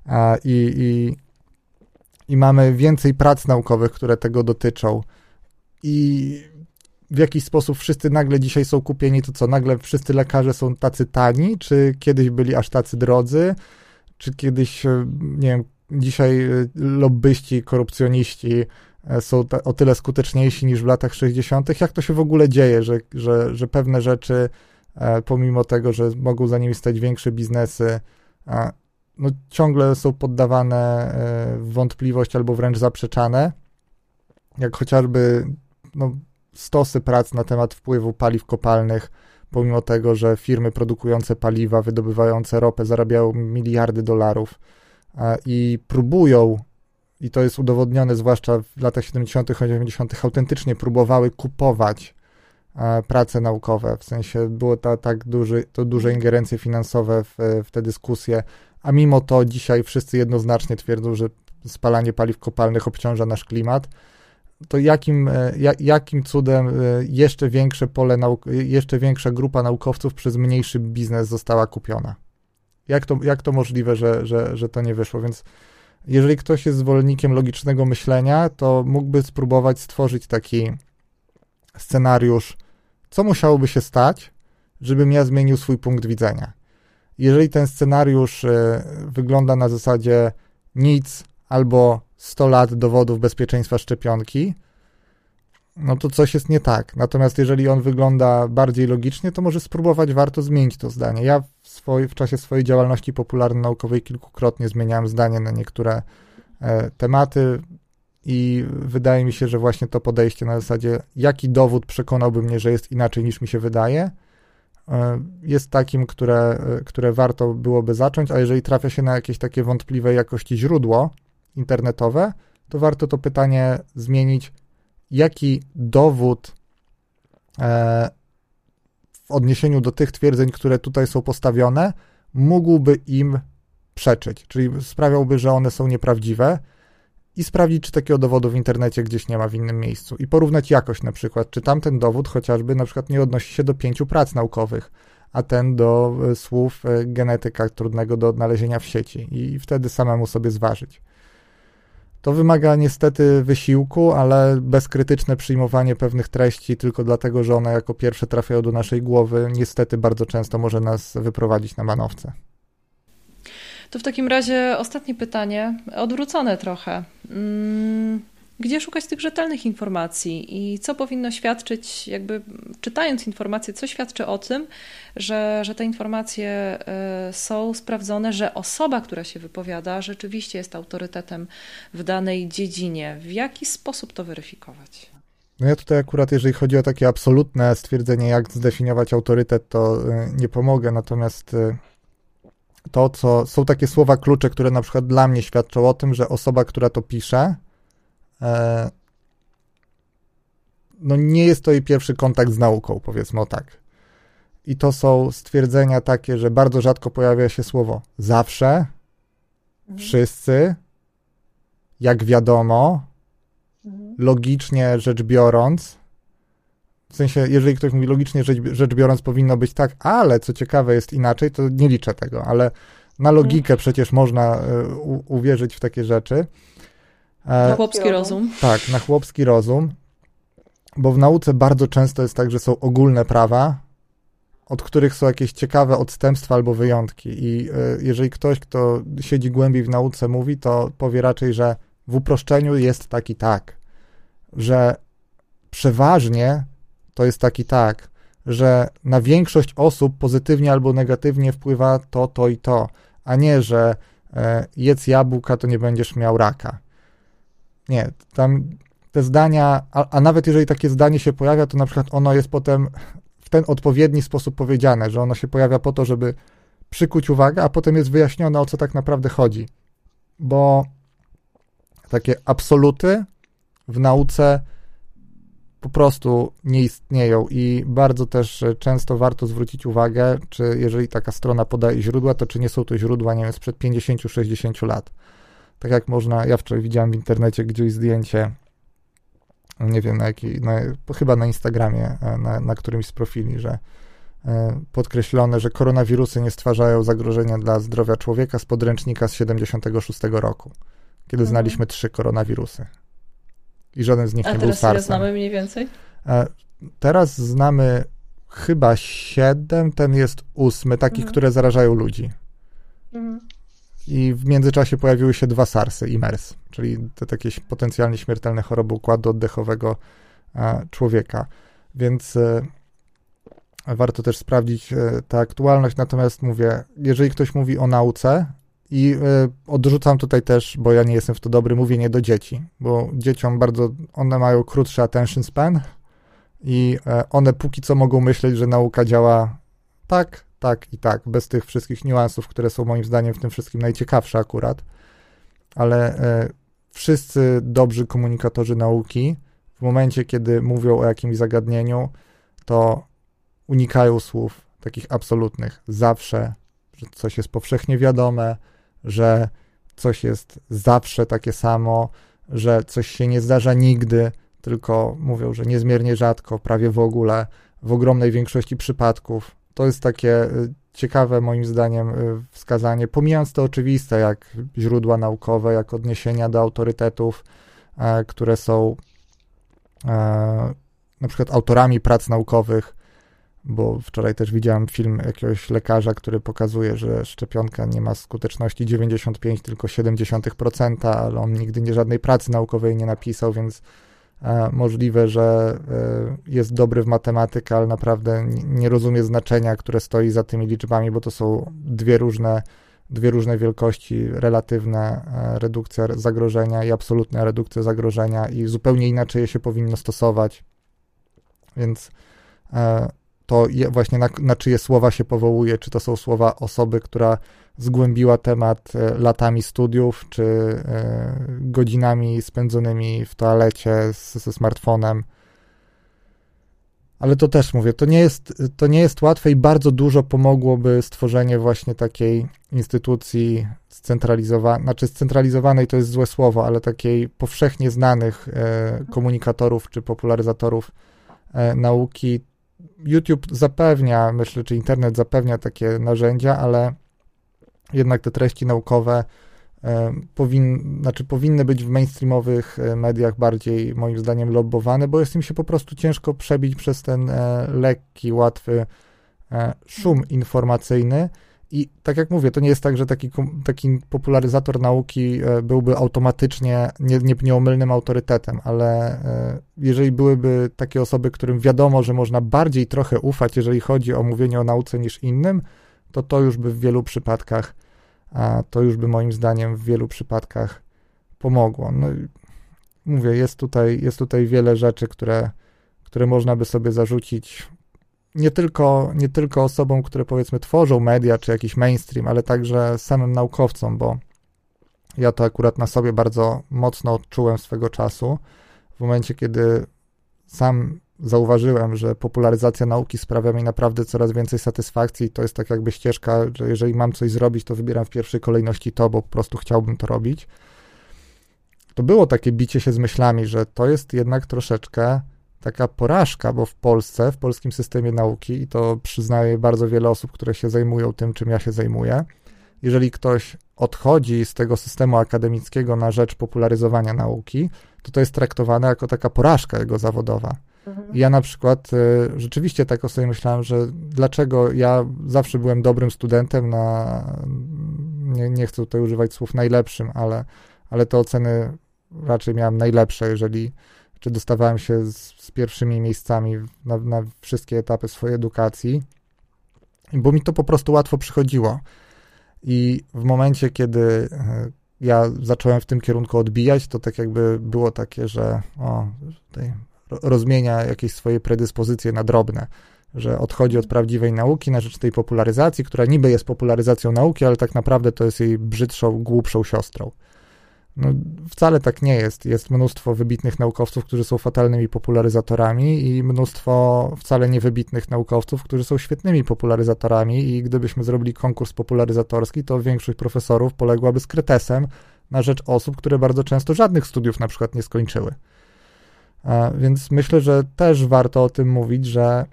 Speaker 2: i mamy więcej prac naukowych, które tego dotyczą i w jakiś sposób wszyscy nagle dzisiaj są kupieni, to co, nagle wszyscy lekarze są tacy tani, czy kiedyś byli aż tacy drodzy, czy kiedyś, nie wiem, dzisiaj lobbyści, korupcjoniści są o tyle skuteczniejsi niż w latach 60. Jak to się w ogóle dzieje, że pewne rzeczy, pomimo tego, że mogą za nimi stać większe biznesy, ciągle są poddawane w wątpliwość albo wręcz zaprzeczane, jak chociażby stosy prac na temat wpływu paliw kopalnych, pomimo tego, że firmy produkujące paliwa, wydobywające ropę zarabiają miliardy dolarów i próbują, i to jest udowodnione zwłaszcza w latach 70., 80., autentycznie próbowały kupować prace naukowe, w sensie było to duże ingerencje finansowe w te dyskusje, a mimo to dzisiaj wszyscy jednoznacznie twierdzą, że spalanie paliw kopalnych obciąża nasz klimat. To jakim cudem jeszcze większe jeszcze większa grupa naukowców przez mniejszy biznes została kupiona? Jak to możliwe, że to nie wyszło? Więc jeżeli ktoś jest zwolennikiem logicznego myślenia, to mógłby spróbować stworzyć taki scenariusz, co musiałoby się stać, żebym ja zmienił swój punkt widzenia. Jeżeli ten scenariusz wygląda na zasadzie nic albo 100 lat dowodów bezpieczeństwa szczepionki, no to coś jest nie tak. Natomiast jeżeli on wygląda bardziej logicznie, to może spróbować warto zmienić to zdanie. Ja w czasie swojej działalności popularno-naukowej kilkukrotnie zmieniałem zdanie na niektóre tematy i wydaje mi się, że właśnie to podejście na zasadzie, jaki dowód przekonałby mnie, że jest inaczej niż mi się wydaje, jest takim, które warto byłoby zacząć, a jeżeli trafia się na jakieś takie wątpliwej jakości źródło internetowe, to warto to pytanie zmienić, jaki dowód w odniesieniu do tych twierdzeń, które tutaj są postawione, mógłby im przeczyć, czyli sprawiałby, że one są nieprawdziwe i sprawdzić, czy takiego dowodu w internecie gdzieś nie ma w innym miejscu i porównać jakość na przykład, czy tamten dowód chociażby na przykład nie odnosi się do 5 prac naukowych, a ten do słów genetyka trudnego do odnalezienia w sieci i wtedy samemu sobie zważyć. To wymaga niestety wysiłku, ale bezkrytyczne przyjmowanie pewnych treści tylko dlatego, że one jako pierwsze trafiają do naszej głowy, niestety bardzo często może nas wyprowadzić na manowce.
Speaker 1: To w takim razie ostatnie pytanie, odwrócone trochę. Gdzie szukać tych rzetelnych informacji i co powinno świadczyć, jakby czytając informacje, co świadczy o tym, że te informacje są sprawdzone, że osoba, która się wypowiada, rzeczywiście jest autorytetem w danej dziedzinie. W jaki sposób to weryfikować?
Speaker 2: No ja tutaj akurat, jeżeli chodzi o takie absolutne stwierdzenie, jak zdefiniować autorytet, to nie pomogę, natomiast to, co są takie słowa klucze, które na przykład dla mnie świadczą o tym, że osoba, która to pisze, no nie jest to jej pierwszy kontakt z nauką, powiedzmy o tak. I to są stwierdzenia takie, że bardzo rzadko pojawia się słowo zawsze, wszyscy, jak wiadomo, logicznie rzecz biorąc, w sensie, jeżeli ktoś mówi logicznie rzecz biorąc, powinno być tak, ale co ciekawe jest inaczej, to nie liczę tego, ale na logikę przecież można uwierzyć w takie rzeczy.
Speaker 1: Na chłopski rozum.
Speaker 2: Tak, na chłopski rozum, bo w nauce bardzo często jest tak, że są ogólne prawa, od których są jakieś ciekawe odstępstwa albo wyjątki i jeżeli ktoś, kto siedzi głębiej w nauce mówi, to powie raczej, że w uproszczeniu jest tak i tak, że przeważnie to jest tak i tak, że na większość osób pozytywnie albo negatywnie wpływa to i to, a nie, że jedz jabłka, to nie będziesz miał raka. Nie, tam te zdania, a nawet jeżeli takie zdanie się pojawia, to na przykład ono jest potem w ten odpowiedni sposób powiedziane, że ono się pojawia po to, żeby przykuć uwagę, a potem jest wyjaśnione, o co tak naprawdę chodzi. Bo takie absoluty w nauce po prostu nie istnieją i bardzo też często warto zwrócić uwagę, czy jeżeli taka strona podaje źródła, to czy nie są to źródła, nie wiem, sprzed 50-60 lat. Tak jak można, ja wczoraj widziałem w internecie gdzieś zdjęcie, nie wiem chyba na Instagramie, na którymś z profili, że podkreślone, że koronawirusy nie stwarzają zagrożenia dla zdrowia człowieka z podręcznika z 76 roku, kiedy znaliśmy 3 koronawirusy. I żaden z nich nie był SARS-em. A teraz
Speaker 1: znamy mniej więcej?
Speaker 2: Teraz znamy chyba 7, ten jest 8, takich, które zarażają ludzi. I w międzyczasie pojawiły się 2 SARS-y i MERS, czyli te takie potencjalnie śmiertelne choroby układu oddechowego człowieka. Więc warto też sprawdzić tę aktualność. Natomiast mówię, jeżeli ktoś mówi o nauce, i odrzucam tutaj też, bo ja nie jestem w to dobry, mówienie do dzieci, bo dzieciom one mają krótszy attention span i one póki co mogą myśleć, że nauka działa tak, tak i tak, bez tych wszystkich niuansów, które są moim zdaniem w tym wszystkim najciekawsze akurat, ale wszyscy dobrzy komunikatorzy nauki w momencie, kiedy mówią o jakimś zagadnieniu, to unikają słów takich absolutnych, zawsze, że coś jest powszechnie wiadome, że coś jest zawsze takie samo, że coś się nie zdarza nigdy, tylko mówią, że niezmiernie rzadko, prawie w ogóle, w ogromnej większości przypadków. To jest takie ciekawe moim zdaniem wskazanie, pomijając to oczywiste, jak źródła naukowe, jak odniesienia do autorytetów, które są na przykład autorami prac naukowych, bo wczoraj też widziałem film jakiegoś lekarza, który pokazuje, że szczepionka nie ma skuteczności 95, tylko 0,7%, ale on nigdy żadnej pracy naukowej nie napisał, więc możliwe, że jest dobry w matematykę, ale naprawdę nie rozumie znaczenia, które stoi za tymi liczbami, bo to są dwie różne wielkości, relatywna redukcja zagrożenia i absolutna redukcja zagrożenia i zupełnie inaczej je się powinno stosować, więc to właśnie na czyje słowa się powołuje, czy to są słowa osoby, która zgłębiła temat latami studiów, czy godzinami spędzonymi w toalecie ze smartfonem. Ale to też mówię, to nie jest łatwe i bardzo dużo pomogłoby stworzenie właśnie takiej instytucji scentralizowanej to jest złe słowo, ale takiej powszechnie znanych komunikatorów czy popularyzatorów nauki. YouTube zapewnia, myślę, czy internet zapewnia takie narzędzia, ale jednak te treści naukowe powinny być w mainstreamowych mediach bardziej, moim zdaniem, lobbowane, bo jest im się po prostu ciężko przebić przez ten lekki, łatwy szum informacyjny. I tak jak mówię, to nie jest tak, że taki popularyzator nauki byłby automatycznie nieomylnym autorytetem, ale jeżeli byłyby takie osoby, którym wiadomo, że można bardziej trochę ufać, jeżeli chodzi o mówienie o nauce niż innym, to już by w wielu przypadkach, moim zdaniem w wielu przypadkach pomogło. No, mówię, jest tutaj wiele rzeczy, które można by sobie zarzucić nie tylko osobom, które powiedzmy tworzą media, czy jakiś mainstream, ale także samym naukowcom, bo ja to akurat na sobie bardzo mocno odczułem swego czasu, w momencie, kiedy sam zauważyłem, że popularyzacja nauki sprawia mi naprawdę coraz więcej satysfakcji. To jest tak jakby ścieżka, że jeżeli mam coś zrobić, to wybieram w pierwszej kolejności to, bo po prostu chciałbym to robić. To było takie bicie się z myślami, że to jest jednak troszeczkę taka porażka, bo w Polsce, w polskim systemie nauki, i to przyznaje bardzo wiele osób, które się zajmują tym, czym ja się zajmuję, jeżeli ktoś odchodzi z tego systemu akademickiego na rzecz popularyzowania nauki, to jest traktowane jako taka porażka jego zawodowa. I ja na przykład rzeczywiście tak o sobie myślałem, że dlaczego ja zawsze byłem dobrym studentem nie chcę tutaj używać słów najlepszym, ale te oceny raczej miałem najlepsze, czy dostawałem się z pierwszymi miejscami na wszystkie etapy swojej edukacji, bo mi to po prostu łatwo przychodziło. I w momencie, kiedy ja zacząłem w tym kierunku odbijać, to tak jakby było takie, że tutaj rozmienia jakieś swoje predyspozycje na drobne, że odchodzi od prawdziwej nauki na rzecz tej popularyzacji, która niby jest popularyzacją nauki, ale tak naprawdę to jest jej brzydszą, głupszą siostrą. No, wcale tak nie jest. Jest mnóstwo wybitnych naukowców, którzy są fatalnymi popularyzatorami i mnóstwo wcale niewybitnych naukowców, którzy są świetnymi popularyzatorami i gdybyśmy zrobili konkurs popularyzatorski, to większość profesorów poległaby z kretesem na rzecz osób, które bardzo często żadnych studiów na przykład nie skończyły. Więc myślę, że też warto o tym mówić, że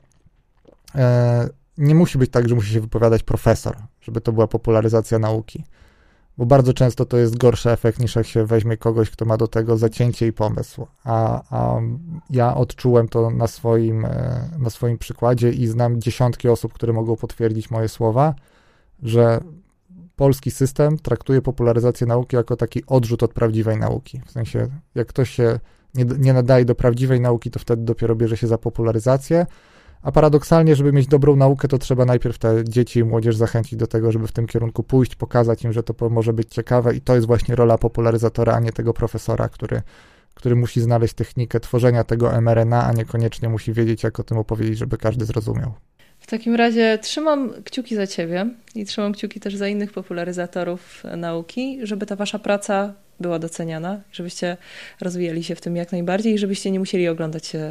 Speaker 2: nie musi być tak, że musi się wypowiadać profesor, żeby to była popularyzacja nauki. Bo bardzo często to jest gorszy efekt, niż jak się weźmie kogoś, kto ma do tego zacięcie i pomysł. A ja odczułem to na swoim przykładzie i znam dziesiątki osób, które mogą potwierdzić moje słowa, że polski system traktuje popularyzację nauki jako taki odrzut od prawdziwej nauki. W sensie, jak ktoś się nie nadaje do prawdziwej nauki, to wtedy dopiero bierze się za popularyzację, a paradoksalnie, żeby mieć dobrą naukę, to trzeba najpierw te dzieci i młodzież zachęcić do tego, żeby w tym kierunku pójść, pokazać im, że to może być ciekawe i to jest właśnie rola popularyzatora, a nie tego profesora, który musi znaleźć technikę tworzenia tego mRNA, a niekoniecznie musi wiedzieć, jak o tym opowiedzieć, żeby każdy zrozumiał.
Speaker 1: W takim razie trzymam kciuki za ciebie i trzymam kciuki też za innych popularyzatorów nauki, żeby ta wasza praca była doceniana, żebyście rozwijali się w tym jak najbardziej i żebyście nie musieli oglądać się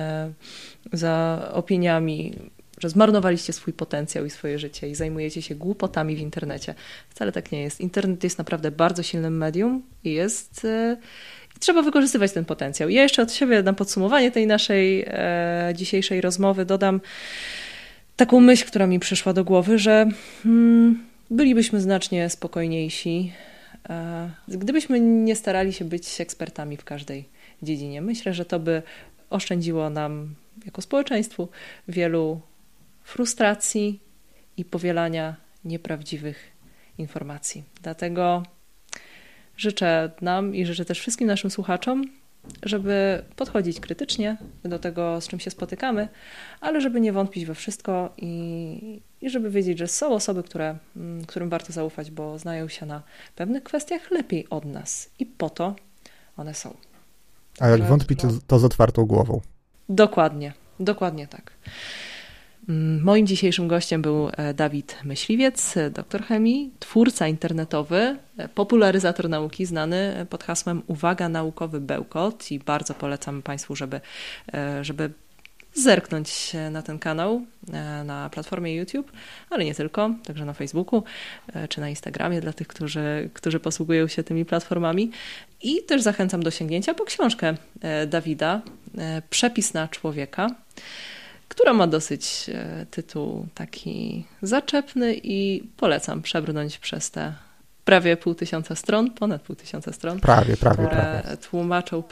Speaker 1: za opiniami, że zmarnowaliście swój potencjał i swoje życie i zajmujecie się głupotami w internecie. Wcale tak nie jest. Internet jest naprawdę bardzo silnym medium i trzeba wykorzystywać ten potencjał. Ja jeszcze od siebie na podsumowanie tej naszej dzisiejszej rozmowy dodam taką myśl, która mi przyszła do głowy, że bylibyśmy znacznie spokojniejsi, gdybyśmy nie starali się być ekspertami w każdej dziedzinie. Myślę, że to by oszczędziło nam jako społeczeństwu wielu frustracji i powielania nieprawdziwych informacji. Dlatego życzę nam i życzę też wszystkim naszym słuchaczom, żeby podchodzić krytycznie do tego, z czym się spotykamy, ale żeby nie wątpić we wszystko i żeby wiedzieć, że są osoby, którym warto zaufać, bo znają się na pewnych kwestiach lepiej od nas i po to one są.
Speaker 2: A jak wątpić, to z otwartą głową.
Speaker 1: Dokładnie tak. Moim dzisiejszym gościem był Dawid Myśliwiec, doktor chemii, twórca internetowy, popularyzator nauki, znany pod hasłem Uwaga, naukowy bełkot i bardzo polecam Państwu, żeby zerknąć na ten kanał na platformie YouTube, ale nie tylko, także na Facebooku czy na Instagramie dla tych, którzy posługują się tymi platformami. I też zachęcam do sięgnięcia po książkę Dawida Przepis na człowieka, która ma dosyć tytuł taki zaczepny i polecam przebrnąć przez te prawie 500 stron, ponad 500 stron.
Speaker 2: Prawie.
Speaker 1: Tłumaczą,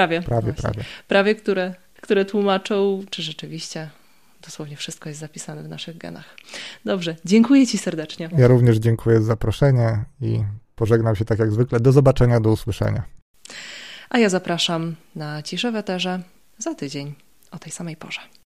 Speaker 1: które tłumaczą, czy rzeczywiście dosłownie wszystko jest zapisane w naszych genach. Dobrze, dziękuję Ci serdecznie.
Speaker 2: Ja również dziękuję za zaproszenie i pożegnam się tak jak zwykle. Do zobaczenia, do usłyszenia.
Speaker 1: A ja zapraszam na Ciszę w Eterze za tydzień o tej samej porze.